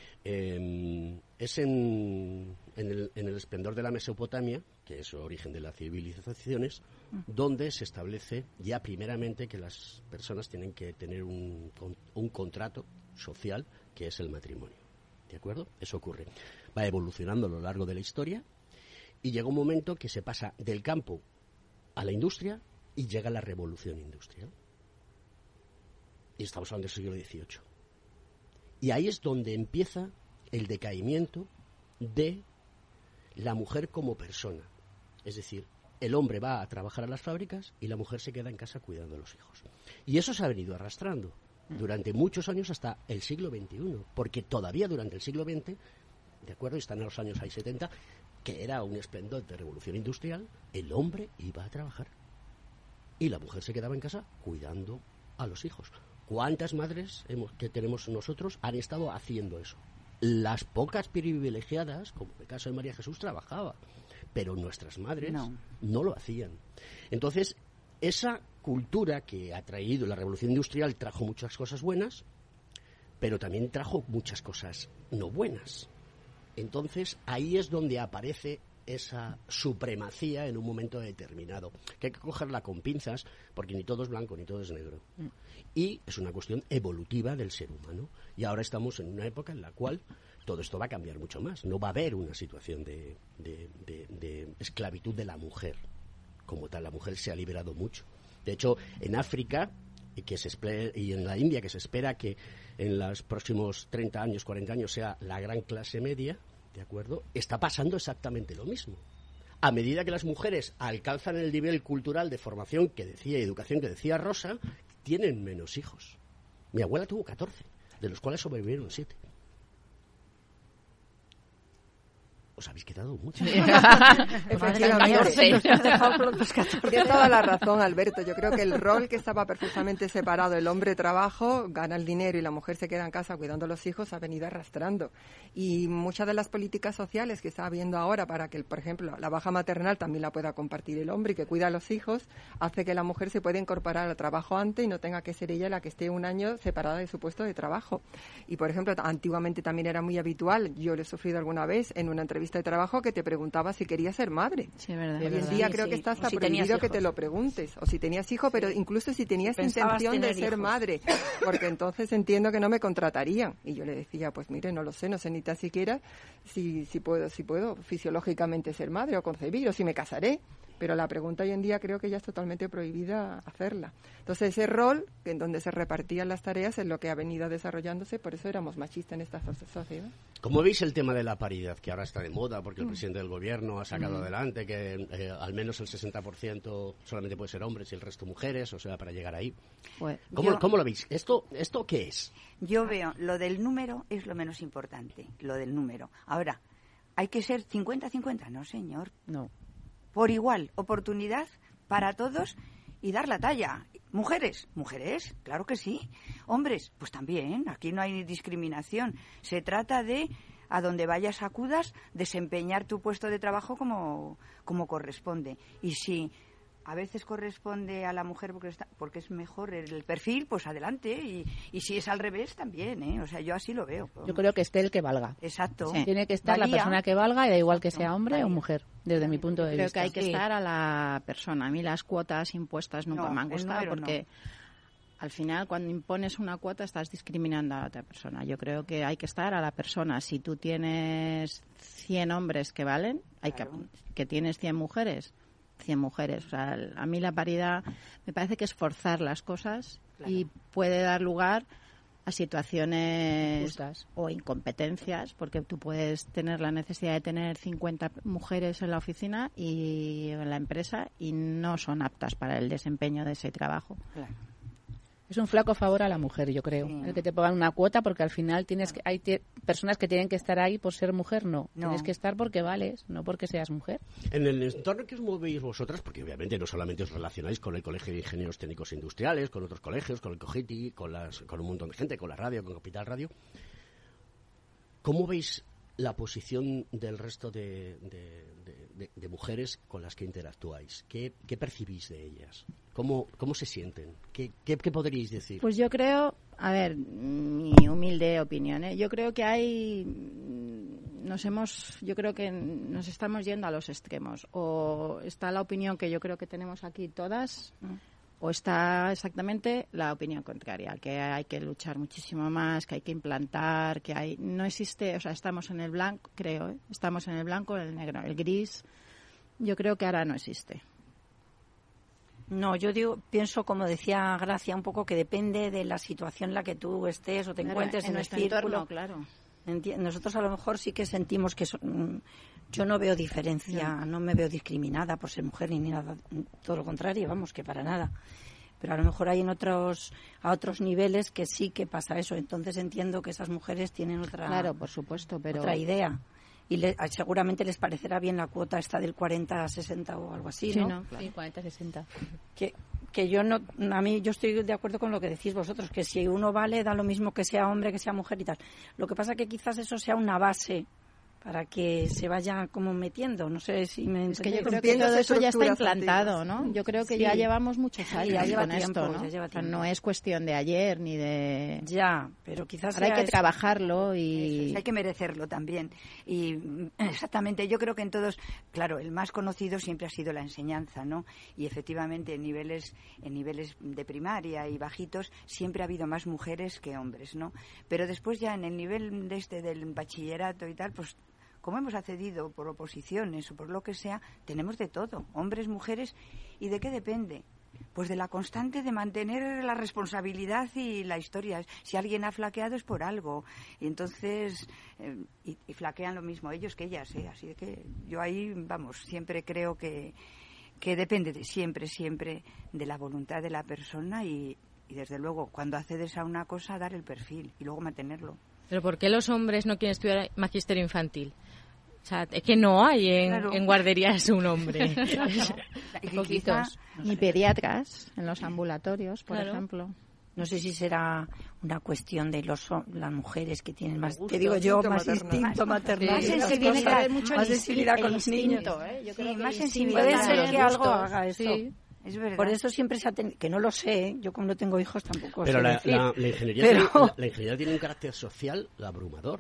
eh, es en, en, el, en el esplendor de la Mesopotamia, que es el origen de las civilizaciones, donde se establece ya primeramente que las personas tienen que tener un, un contrato social que es el matrimonio. ¿De acuerdo? Eso ocurre. Va evolucionando a lo largo de la historia y llega un momento que se pasa del campo a la industria y llega la revolución industrial. Y estamos hablando del siglo dieciocho. Y ahí es donde empieza el decaimiento de la mujer como persona. Es decir, el hombre va a trabajar a las fábricas y la mujer se queda en casa cuidando a los hijos. Y eso se ha venido arrastrando durante muchos años hasta el siglo veintiuno, porque todavía durante el siglo veinte, de acuerdo, están en los años setenta, que era un esplendor de revolución industrial, el hombre iba a trabajar y la mujer se quedaba en casa cuidando a los hijos. ¿Cuántas madres hemos, que tenemos nosotros han estado haciendo eso? Las pocas privilegiadas, como en el caso de María Jesús, trabajaba, pero nuestras madres no, no lo hacían. Entonces, esa cultura que ha traído la revolución industrial trajo muchas cosas buenas, pero también trajo muchas cosas no buenas. Entonces, ahí es donde aparece esa supremacía en un momento determinado, que hay que cogerla con pinzas, porque ni todo es blanco ni todo es negro. Mm. Y es una cuestión evolutiva del ser humano. Y ahora estamos en una época en la cual todo esto va a cambiar mucho más. No va a haber una situación de, de, de, de esclavitud de la mujer. Como tal, la mujer se ha liberado mucho. De hecho, en África y, que se espera, y en la India, que se espera que en los próximos treinta años, cuarenta años sea la gran clase media, ¿de acuerdo? Está pasando exactamente lo mismo. A medida que las mujeres alcanzan el nivel cultural de formación que decía y educación que decía Rosa, tienen menos hijos. Mi abuela tuvo catorce, de los cuales sobrevivieron siete. Os habéis quedado mucho. Efectivamente. Tiene toda la razón, Alberto. Yo creo que el rol que estaba perfectamente separado, el hombre trabajo, gana el dinero y la mujer se queda en casa cuidando a los hijos, ha venido arrastrando. Y muchas de las políticas sociales que está habiendo ahora para que, por ejemplo, la baja maternal también la pueda compartir el hombre y que cuida a los hijos, hace que la mujer se pueda incorporar al trabajo antes y no tenga que ser ella la que esté un año separada de su puesto de trabajo. Y, por ejemplo, antiguamente también era muy habitual, yo lo he sufrido alguna vez en una entrevista de trabajo, que te preguntaba si querías ser madre. Sí, verdad. Hoy en día sí, creo sí. que está hasta si prohibido que te lo preguntes, o si tenías hijo, pero incluso si tenías intención de ser hijos. madre, porque entonces entiendo que no me contratarían. Y yo le decía, pues mire, no lo sé, no sé ni tan siquiera si, si puedo, si puedo fisiológicamente ser madre o concebir, o si me casaré. Pero la pregunta hoy en día creo que ya es totalmente prohibida hacerla. Entonces ese rol, en donde se repartían las tareas, es lo que ha venido desarrollándose, por eso éramos machistas en esta sociedad. ¿Cómo veis el tema de la paridad, que ahora está de moda, porque el mm. presidente del gobierno ha sacado mm. adelante que eh, al menos el sesenta por ciento solamente puede ser hombres y el resto mujeres, o sea, para llegar ahí? Pues ¿Cómo, yo, ¿Cómo lo veis? ¿Esto, ¿Esto qué es? Yo veo, lo del número es lo menos importante, lo del número. Ahora, ¿hay que ser cincuenta cincuenta? No, señor. No. Por igual, oportunidad para todos y dar la talla. Mujeres, mujeres, claro que sí. Hombres, pues también, aquí no hay discriminación. Se trata de, a donde vayas acudas, desempeñar tu puesto de trabajo como, como corresponde. Y si a veces corresponde a la mujer porque está, porque es mejor el perfil, pues adelante. Y, y si es al revés, también, ¿eh? O sea, yo así lo veo. Yo creo que esté el que valga. Exacto. Sí. Tiene que estar Valía. la persona que valga y da igual que sea hombre Valía. o mujer, desde mi punto de creo vista. Creo que hay que sí. estar a la persona. A mí las cuotas impuestas nunca no, me han gustado porque... No. Al final, cuando impones una cuota, estás discriminando a la otra persona. Yo creo que hay que estar a la persona. Si tú tienes cien hombres que valen, hay claro. que, que tienes cien mujeres, cien mujeres. O sea, a mí la paridad me parece que es forzar las cosas claro. y puede dar lugar a situaciones Justas. o incompetencias, porque tú puedes tener la necesidad de tener cincuenta mujeres en la oficina y en la empresa y no son aptas para el desempeño de ese trabajo. Claro. Es un flaco favor a la mujer, yo creo, sí. el que te pongan una cuota, porque al final tienes que, hay te, personas que tienen que estar ahí por ser mujer, no. no. Tienes que estar porque vales, no porque seas mujer. En el entorno que os movéis vosotras, porque obviamente no solamente os relacionáis con el Colegio de Ingenieros Técnicos Industriales, con otros colegios, con el COGITI, con, las, con un montón de gente, con la radio, con Capital Radio, ¿cómo veis la posición del resto de, de, de, de, de mujeres con las que interactuáis? ¿Qué, qué percibís de ellas? ¿Cómo, cómo se sienten? ¿Qué, qué, ¿Qué podríais decir? Pues yo creo, a ver, mi humilde opinión, ¿eh? yo creo que hay, nos hemos, yo creo que nos estamos yendo a los extremos. O está la opinión que yo creo que tenemos aquí todas, ¿no? O está exactamente la opinión contraria, que hay que luchar muchísimo más, que hay que implantar, que hay, no existe, o sea, estamos en el blanco, creo, ¿eh? estamos en el blanco, el negro, el gris, yo creo que ahora no existe. No, yo digo, pienso, como decía Gracia, un poco que depende de la situación en la que tú estés o te claro, encuentres en, en nuestro el círculo. Entorno, claro. Enti- Nosotros a lo mejor sí que sentimos que son, yo no veo diferencia, no me veo discriminada por ser mujer ni nada, todo lo contrario, vamos, que para nada. Pero a lo mejor hay en otros a otros niveles que sí que pasa eso. Entonces entiendo que esas mujeres tienen otra, claro, por supuesto, pero otra idea. Y le, seguramente les parecerá bien la cuota esta del cuarenta a sesenta o algo así, sí, ¿no? ¿no? Claro. Sí, cuarenta a sesenta. Que, que yo no, a mí yo estoy de acuerdo con lo que decís vosotros, que si uno vale, da lo mismo que sea hombre, que sea mujer y tal. Lo que pasa que quizás eso sea una base para que se vaya como metiendo, no sé si me es que yo entendéis. creo que todo eso ya está implantado, ¿no? Yo creo que Sí. ya llevamos muchos Sí, años ya lleva con tiempo, esto, ¿no? ya lleva O sea, tiempo. no es cuestión de ayer ni de ya, pero quizás ahora hay sea que eso. trabajarlo y Eso es, hay que merecerlo también. Y mm, exactamente, yo creo que en todos, claro, el más conocido siempre ha sido la enseñanza, ¿no? Y efectivamente en niveles en niveles de primaria y bajitos siempre ha habido más mujeres que hombres, ¿no? Pero después ya en el nivel de este del bachillerato y tal, pues como hemos accedido por oposiciones o por lo que sea, tenemos de todo, hombres, mujeres, ¿y de qué depende? Pues de la constante de mantener la responsabilidad y la historia. Si alguien ha flaqueado es por algo. Y entonces, eh, y, y flaquean lo mismo ellos que ellas, ¿eh? Así que yo ahí, vamos, siempre creo que, que depende de, siempre, siempre de la voluntad de la persona y, y desde luego, cuando accedes a una cosa, dar el perfil y luego mantenerlo. ¿Pero por qué los hombres no quieren estudiar magisterio infantil? O sea, es que no hay en, Claro. en guarderías un hombre. poquitos. Ni pediatras en los ambulatorios, por Claro. ejemplo. No sé si será una cuestión de los ho- las mujeres que tienen más, gusto, te digo yo, instinto más maternal. instinto maternal. Sí, y esas tiene que cosas, haber mucho más el sensibilidad instinto, con el los niños. instinto, ¿eh? Yo Sí, creo que más el sensibilidad. instinto Puede de ser que los algo gustos, haga eso. sí. Es verdad. Por eso siempre se ha tenido, que no lo sé, ¿eh? Yo como no tengo hijos tampoco Pero sé la, decir. la- la ingeniería Pero- tiene, la, la ingeniería tiene un carácter social abrumador.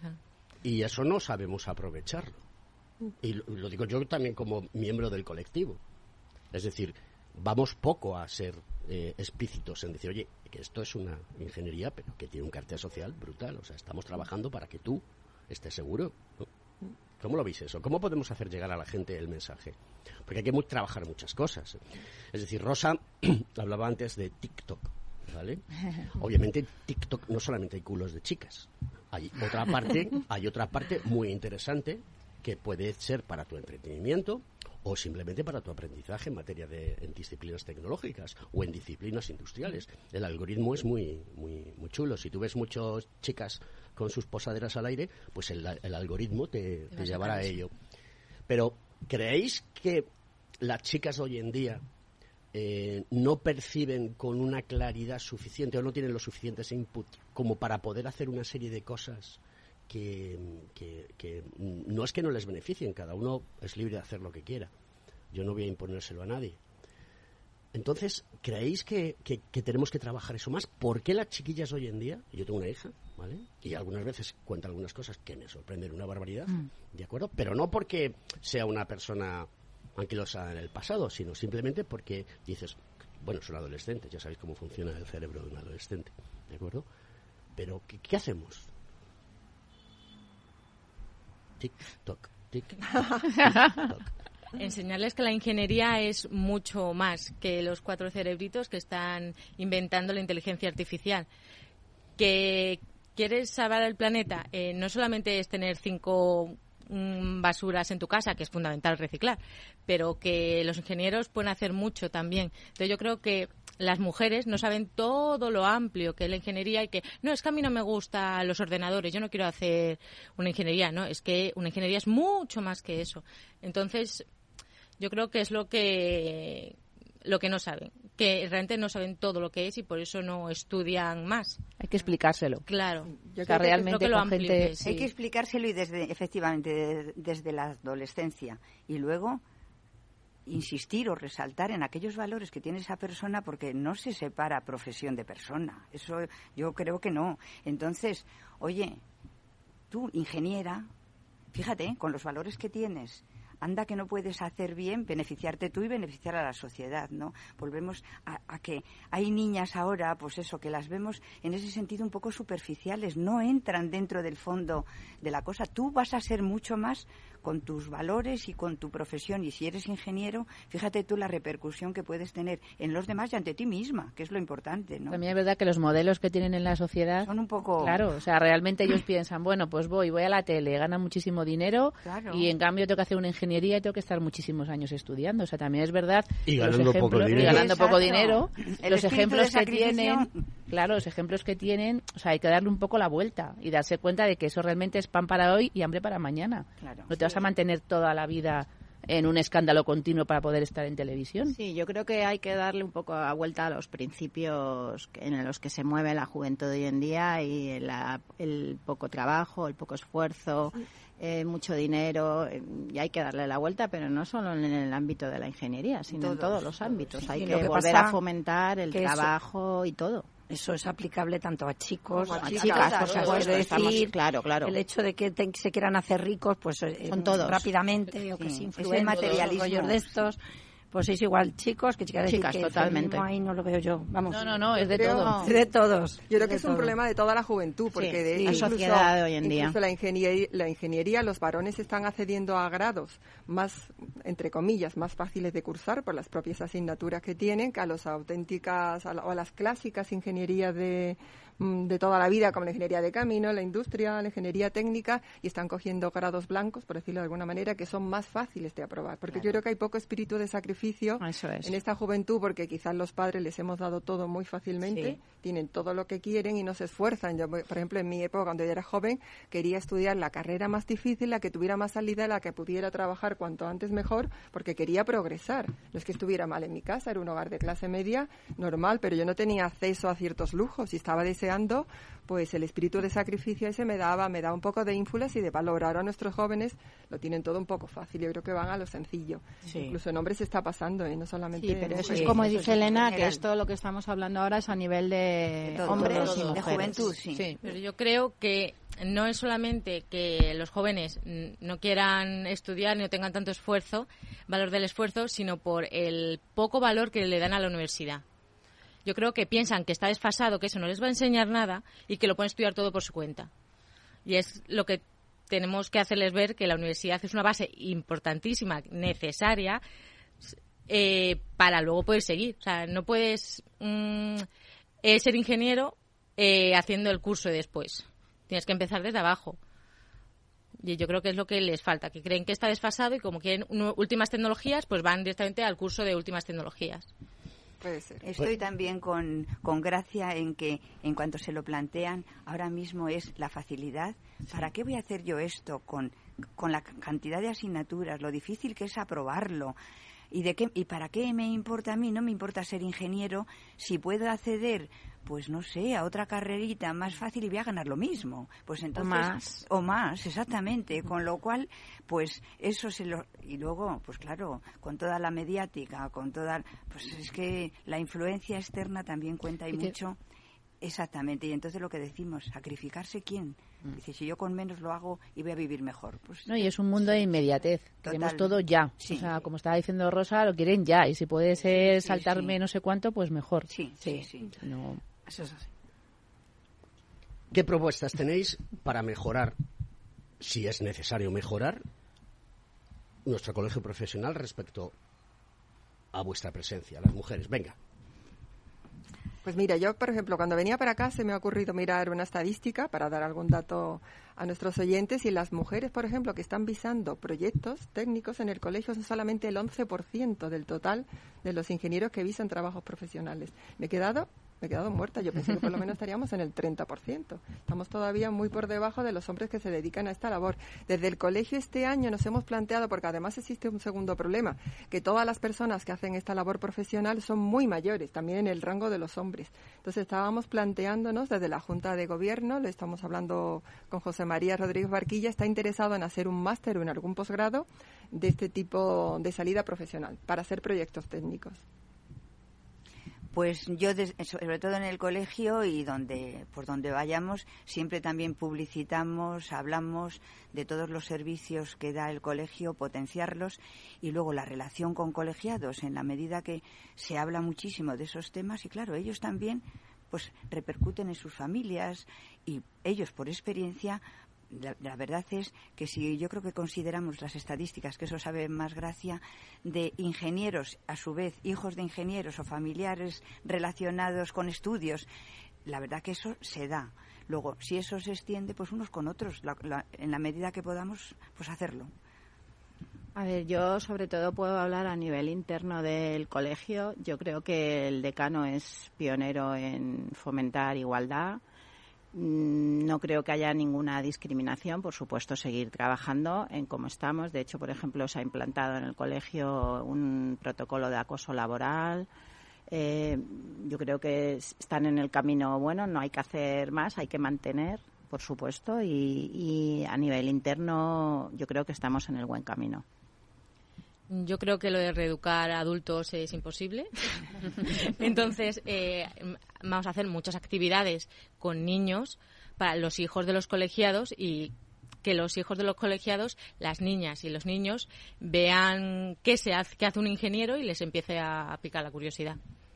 Y eso no sabemos aprovecharlo. Y lo, lo digo yo también como miembro del colectivo. Es decir, vamos poco a ser eh, explícitos en decir, oye, que esto es una ingeniería, pero que tiene un carácter social brutal. O sea, estamos trabajando para que tú estés seguro, ¿no? ¿Cómo lo veis eso? ¿Cómo podemos hacer llegar a la gente el mensaje? Porque hay que mu- trabajar muchas cosas. Es decir, Rosa hablaba antes de TikTok, ¿vale? Obviamente en TikTok no solamente hay culos de chicas. Hay otra parte, hay otra parte muy interesante que puede ser para tu entretenimiento o simplemente para tu aprendizaje en materia de en disciplinas tecnológicas o en disciplinas industriales. El algoritmo es muy muy muy chulo. Si tú ves muchas chicas con sus posaderas al aire, pues el, el algoritmo te, te vas a llevará a sacar eso. ello. Pero ¿creéis que las chicas hoy en día eh, no perciben con una claridad suficiente o no tienen los suficientes input como para poder hacer una serie de cosas que, que, que no es que no les beneficien, cada uno es libre de hacer lo que quiera, yo no voy a imponérselo a nadie? Entonces, ¿creéis que, que, que tenemos que trabajar eso más? ¿Por qué las chiquillas hoy en día, yo tengo una hija, ¿vale? Y algunas veces cuenta algunas cosas que me sorprenden una barbaridad, Mm. ¿de acuerdo? Pero no porque sea una persona anquilosa en el pasado, sino simplemente porque dices, bueno, son adolescentes, ya sabéis cómo funciona el cerebro de un adolescente, ¿de acuerdo? Pero, ¿qué, qué hacemos? Tic-toc, tic-toc. Enseñarles que la ingeniería es mucho más que los cuatro cerebritos que están inventando la inteligencia artificial. Que quieres salvar el planeta, eh, no solamente es tener cinco mm, basuras en tu casa, que es fundamental reciclar, pero que los ingenieros pueden hacer mucho también. Entonces yo creo que las mujeres no saben todo lo amplio que es la ingeniería y que, no, es que a mí no me gustan los ordenadores, yo no quiero hacer una ingeniería, no, es que una ingeniería es mucho más que eso. Entonces, yo creo que es lo que lo que no saben, que realmente no saben todo lo que es y por eso no estudian más. Hay que explicárselo. Claro. Yo creo que realmente lo con amplio gente- que es, sí. Hay que explicárselo y desde, efectivamente, de- desde la adolescencia. Y luego insistir o resaltar en aquellos valores que tiene esa persona porque no se separa profesión de persona. Eso yo creo que no. Entonces, oye, tú, ingeniera, fíjate, con los valores que tienes, anda que no puedes hacer bien, beneficiarte tú y beneficiar a la sociedad, ¿no? Volvemos a, a que hay niñas ahora, pues eso, que las vemos en ese sentido un poco superficiales, no entran dentro del fondo de la cosa. Tú vas a ser mucho más con tus valores y con tu profesión, y si eres ingeniero, fíjate tú la repercusión que puedes tener en los demás y ante ti misma, que es lo importante, ¿no? También es verdad que los modelos que tienen en la sociedad son un poco... Claro, o sea, realmente ellos piensan, bueno, pues voy, voy a la tele, gana muchísimo dinero, claro. y en cambio tengo que hacer una ingeniería y tengo que estar muchísimos años estudiando. O sea, también es verdad... Y ganando los ejemplos, poco dinero. Y ganando poco Exacto. dinero. El Los espíritu ejemplos de que tienen... sacrificio. Claro, los ejemplos que tienen, o sea, hay que darle un poco la vuelta y darse cuenta de que eso realmente es pan para hoy y hambre para mañana. Claro. No te vas a mantener toda la vida en un escándalo continuo para poder estar en televisión. Sí, yo creo que hay que darle un poco la vuelta a los principios en los que se mueve la juventud hoy en día y la, el poco trabajo, el poco esfuerzo, eh, mucho dinero, eh, y hay que darle la vuelta, pero no solo en el ámbito de la ingeniería, sino Todos, en todos los ámbitos. Sí, hay y que, lo que volver pasa a fomentar el que eso- trabajo y todo. Eso es aplicable tanto a chicos, Como a a chicas, chicas, por por supuesto, supuesto. estamos- Decir, claro, claro. El hecho de que te- se quieran hacer ricos, pues eh, Son todos. rápidamente, o que Sí, se es el influyen materialismo. rollos de estos, pues es igual chicos que chicas. Chicas, decir, que totalmente. No, ahí no lo veo yo. Vamos. No, no, no, es de Creo- todo. De todos. Yo creo de que es un todo. problema de toda la juventud, porque Sí, de la incluso- sociedad de hoy en día. incluso la ingeniería, la ingeniería, los varones están accediendo a grados más, entre comillas, más fáciles de cursar por las propias asignaturas que tienen que a las auténticas a la- o a las clásicas ingenierías de mm, de toda la vida, como la ingeniería de camino, la industria, la ingeniería técnica, y están cogiendo grados blancos, por decirlo de alguna manera, que son más fáciles de aprobar. Porque yo creo que hay poco espíritu de sacrificio Eso es. en esta juventud, porque quizás los padres les hemos dado todo muy fácilmente, Sí. tienen todo lo que quieren y no se esfuerzan. Yo, por ejemplo, en mi época, cuando yo era joven, quería estudiar la carrera más difícil, la que tuviera más salida, la que pudiera trabajar cuanto antes mejor, porque quería progresar. No es que estuviera mal en mi casa, era un hogar de clase media normal, pero yo no tenía acceso a ciertos lujos y estaba deseando, pues el espíritu de sacrificio ese me daba, me da un poco de ínfulas y de valor. Ahora nuestros jóvenes lo tienen todo un poco fácil, yo creo que van a lo sencillo. Sí. Incluso en hombres se está pasando, ¿eh? No solamente Sí, pero eso es mujeres. como eso dice es Elena, que general. esto lo que estamos hablando ahora es a nivel de, De todo, hombres todo, y todo. De mujeres. juventud, sí. Pero yo creo que no es solamente que los jóvenes mm, no quieran estudiar ni no tengan tanto esfuerzo, valor del esfuerzo, sino por el poco valor que le dan a la universidad. Yo creo que piensan que está desfasado, que eso no les va a enseñar nada y que lo pueden estudiar todo por su cuenta. Y es lo que tenemos que hacerles ver, que la universidad es una base importantísima, necesaria, eh, para luego poder seguir. O sea, no puedes mm, eh, ser ingeniero eh, haciendo el curso de después. Tienes que empezar desde abajo. Y yo creo que es lo que les falta, que creen que está desfasado y como quieren un- últimas tecnologías, pues van directamente al curso de últimas tecnologías. Puede ser. Estoy también con, con Gracia en que, en cuanto se lo plantean, ahora mismo es la facilidad. ¿Para qué voy a hacer yo esto con, con la cantidad de asignaturas, lo difícil que es aprobarlo? ¿Y, de qué, ¿Y para qué me importa a mí? No me importa ser ingeniero si puedo acceder, pues no sé, a otra carrerita más fácil y voy a ganar lo mismo. Pues entonces, más. O más, exactamente. Con lo cual, pues eso se lo... Y luego, pues claro, con toda la mediática, con toda... Pues es que la influencia externa también cuenta y Y que- mucho. Exactamente. Y entonces lo que decimos, ¿sacrificarse quién? Dice, si yo con menos lo hago y voy a vivir mejor. Pues No, y es un mundo de inmediatez. Queremos Total. todo ya. Sí. O sea, como estaba diciendo Rosa, lo quieren ya. Y si puede ser sí, saltarme sí. no sé cuánto, pues mejor. sí, sí, sí. No. Eso es así. ¿Qué propuestas tenéis para mejorar, si es necesario mejorar, nuestro colegio profesional respecto a vuestra presencia, las mujeres? Venga. Pues mira, yo, por ejemplo, cuando venía para acá se me ha ocurrido mirar una estadística para dar algún dato a nuestros oyentes, y las mujeres, por ejemplo, que están visando proyectos técnicos en el colegio son solamente el once por ciento del total de los ingenieros que visan trabajos profesionales. Me he quedado me he quedado muerta. Yo pensé que por lo menos estaríamos en el treinta por ciento. Estamos todavía muy por debajo de los hombres que se dedican a esta labor. Desde el colegio este año nos hemos planteado, porque además existe un segundo problema, que todas las personas que hacen esta labor profesional son muy mayores, también en el rango de los hombres. Entonces estábamos planteándonos desde la Junta de Gobierno, lo estamos hablando con José María Rodríguez Barquilla, está interesado en hacer un máster o en algún posgrado de este tipo de salida profesional para hacer proyectos técnicos. Pues yo, des, sobre todo en el colegio y donde por donde vayamos, siempre también publicitamos, hablamos de todos los servicios que da el colegio, potenciarlos, y luego la relación con colegiados, en la medida que se habla muchísimo de esos temas, y claro, ellos también pues repercuten en sus familias, y ellos por experiencia. La, la verdad es que si yo creo que consideramos las estadísticas, que eso sabe más Gracia, de ingenieros, a su vez hijos de ingenieros o familiares relacionados con estudios, la verdad que eso se da. Luego, si eso se extiende, pues unos con otros, la, la, en la medida que podamos, pues hacerlo. A ver, yo sobre todo puedo hablar a nivel interno del colegio. Yo creo que el decano es pionero en fomentar igualdad. No creo que haya ninguna discriminación, por supuesto, seguir trabajando en cómo estamos. De hecho, por ejemplo, se ha implantado en el colegio un protocolo de acoso laboral. Eh, yo creo que están en el camino bueno, no hay que hacer más, hay que mantener, por supuesto, y, y a nivel interno yo creo que estamos en el buen camino. Yo creo que lo de reeducar a adultos es imposible. Entonces, eh, vamos a hacer muchas actividades con niños para los hijos de los colegiados, y que los hijos de los colegiados, las niñas y los niños, vean qué se hace, qué hace un ingeniero, y les empiece a picar la curiosidad.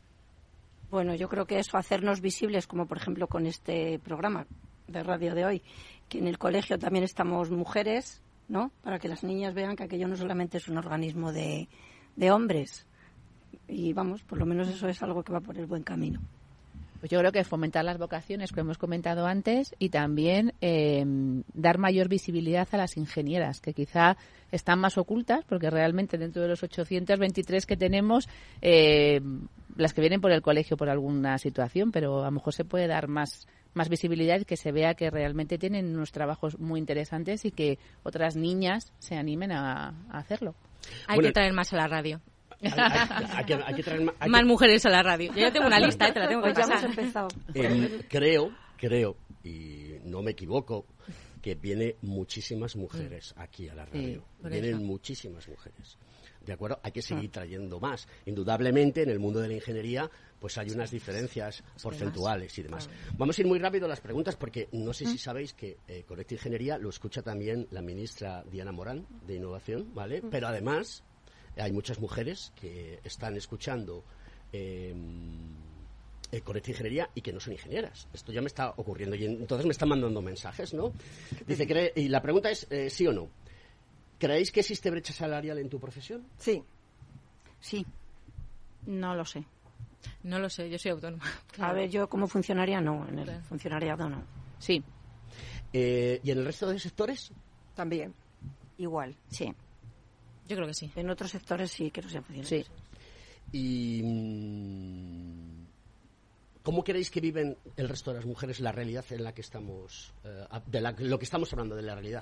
Bueno, yo creo que eso, hacernos visibles, como por ejemplo con este programa de radio de hoy, que en el colegio también estamos mujeres, ¿no? Para que las niñas vean que aquello no solamente es un organismo de, de hombres. Y vamos, por lo menos eso es algo que va por el buen camino. Pues yo creo que fomentar las vocaciones, que hemos comentado antes, y también eh, dar mayor visibilidad a las ingenieras, que quizá están más ocultas, porque realmente dentro de los ochocientos veintitrés que tenemos, eh, las que vienen por el colegio por alguna situación, pero a lo mejor se puede dar más más visibilidad y que se vea que realmente tienen unos trabajos muy interesantes y que otras niñas se animen a, a hacerlo. Hay bueno, que traer más a la radio. Hay, hay, hay, que, hay que traer más, hay más que... mujeres a la radio. Yo ya tengo una lista, ¿eh? Te la tengo que pues pasar. Ya hemos empezado. Eh, creo, creo, y no me equivoco, que vienen muchísimas mujeres aquí a la radio. Sí, vienen eso. muchísimas mujeres. ¿De acuerdo? Hay que seguir trayendo más. Indudablemente, en el mundo de la ingeniería, pues hay unas diferencias porcentuales y demás. Claro. Vamos a ir muy rápido a las preguntas, porque no sé si sabéis que eh, Conecta Ingeniería lo escucha también la ministra Diana Morán, de Innovación, ¿vale? Pero además, hay muchas mujeres que están escuchando eh, eh, Conecta Ingeniería y que no son ingenieras. Esto ya me está ocurriendo y entonces me están mandando mensajes, ¿no? Dice, cree, y la pregunta es, eh, ¿sí o no? ¿Creéis que existe brecha salarial en tu profesión? Sí. Sí. No lo sé. No lo sé, yo soy autónoma. Claro. A ver, yo como funcionaria no, en el claro. funcionariado no. Sí. Eh, ¿Y en el resto de sectores? También. Igual. Sí. Yo creo que sí. En otros sectores sí que no sean funcionarios. Sí. ¿Y cómo creéis que viven el resto de las mujeres la realidad en la que estamos, eh, de la, lo que estamos hablando de la realidad?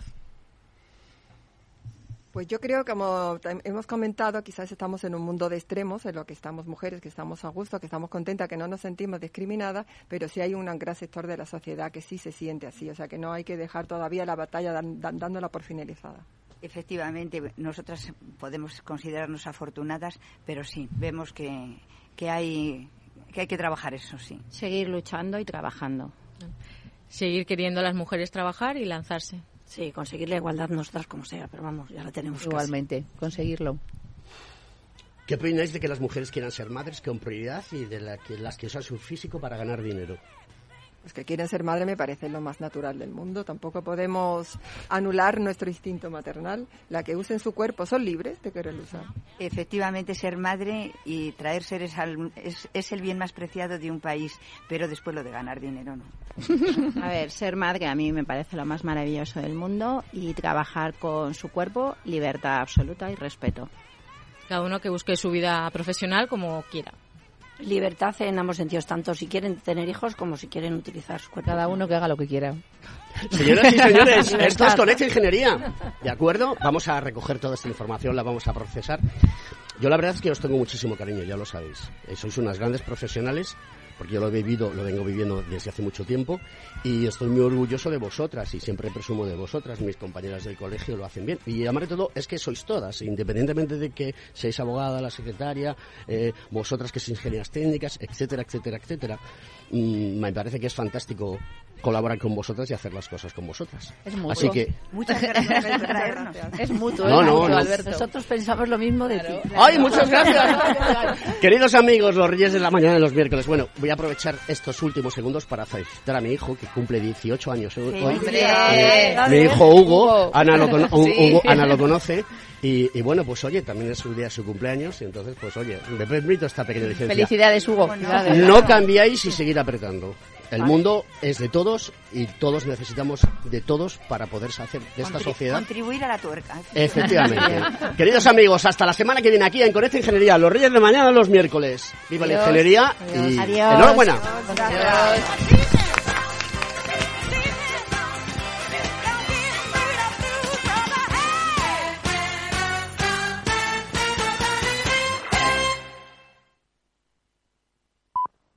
Pues yo creo, como hemos comentado, quizás estamos en un mundo de extremos, en lo que estamos mujeres, que estamos a gusto, que estamos contentas, que no nos sentimos discriminadas, pero sí hay un gran sector de la sociedad que sí se siente así, o sea que no hay que dejar todavía la batalla dan, dan, dándola por finalizada. Efectivamente, nosotras podemos considerarnos afortunadas, pero sí, vemos que, que, hay, que hay que trabajar eso, sí. Seguir luchando y trabajando. Seguir queriendo a las mujeres trabajar y lanzarse. Sí, conseguir la igualdad nosotras como sea, pero vamos, ya la tenemos igualmente, casi. Conseguirlo. ¿Qué opináis de que las mujeres quieran ser madres con prioridad y de la que, las que usan su físico para ganar dinero? Los que quieren ser madre me parece lo más natural del mundo. Tampoco podemos anular nuestro instinto maternal. La que usen su cuerpo son libres de querer usar. Efectivamente, ser madre y traer seres al, es, es el bien más preciado de un país, pero después lo de ganar dinero no. A ver, ser madre a mí me parece lo más maravilloso del mundo, y trabajar con su cuerpo, libertad absoluta y respeto. Cada uno que busque su vida profesional como quiera. Libertad en ambos sentidos, tanto si quieren tener hijos como si quieren utilizar su cuerpo. Cada uno que haga lo que quiera. Señoras y señores, esto es Conecta Ingeniería, ¿de acuerdo? Vamos a recoger toda esta información, la vamos a procesar. Yo la verdad es que os tengo muchísimo cariño, ya lo sabéis. Eh, sois unas grandes profesionales, porque yo lo he vivido, lo vengo viviendo desde hace mucho tiempo, y estoy muy orgulloso de vosotras, y siempre presumo de vosotras, mis compañeras del colegio lo hacen bien, y además de todo es que sois todas, independientemente de que seáis abogada, la secretaria, eh, vosotras que sois ingenieras técnicas, etcétera, etcétera, etcétera. Mm, me parece que es fantástico colaborar con vosotras y hacer las cas con vosotras. Es mutuo. Así que... Muchas gracias por traernos. Es mutuo, no, es no, mutuo, no. Alberto. Nosotros pensamos lo mismo de ti. ¡Ay, muchas gracias! Queridos amigos, los Reyes de la Mañana de los miércoles. Bueno, voy a aprovechar estos últimos segundos para felicitar a mi hijo, que cumple dieciocho años hoy. ¡Hombre! Mi hijo Hugo, Ana lo, cono- Sí. Hugo, Ana lo conoce. Y, y bueno, pues oye, también es su día, su cumpleaños, y entonces, pues oye, me permito esta pequeña licencia. Felicidades, Hugo. No cambiáis y seguir apretando. El mundo es de todos y todos necesitamos de todos para poder hacer de esta Contri- sociedad. Contribuir a la tuerca. Efectivamente. Queridos amigos, hasta la semana que viene aquí en Conecta Ingeniería, los Reyes de Mañana los miércoles. ¡Viva la Adiós. ingeniería! Adiós. Y Adiós. enhorabuena. Gracias.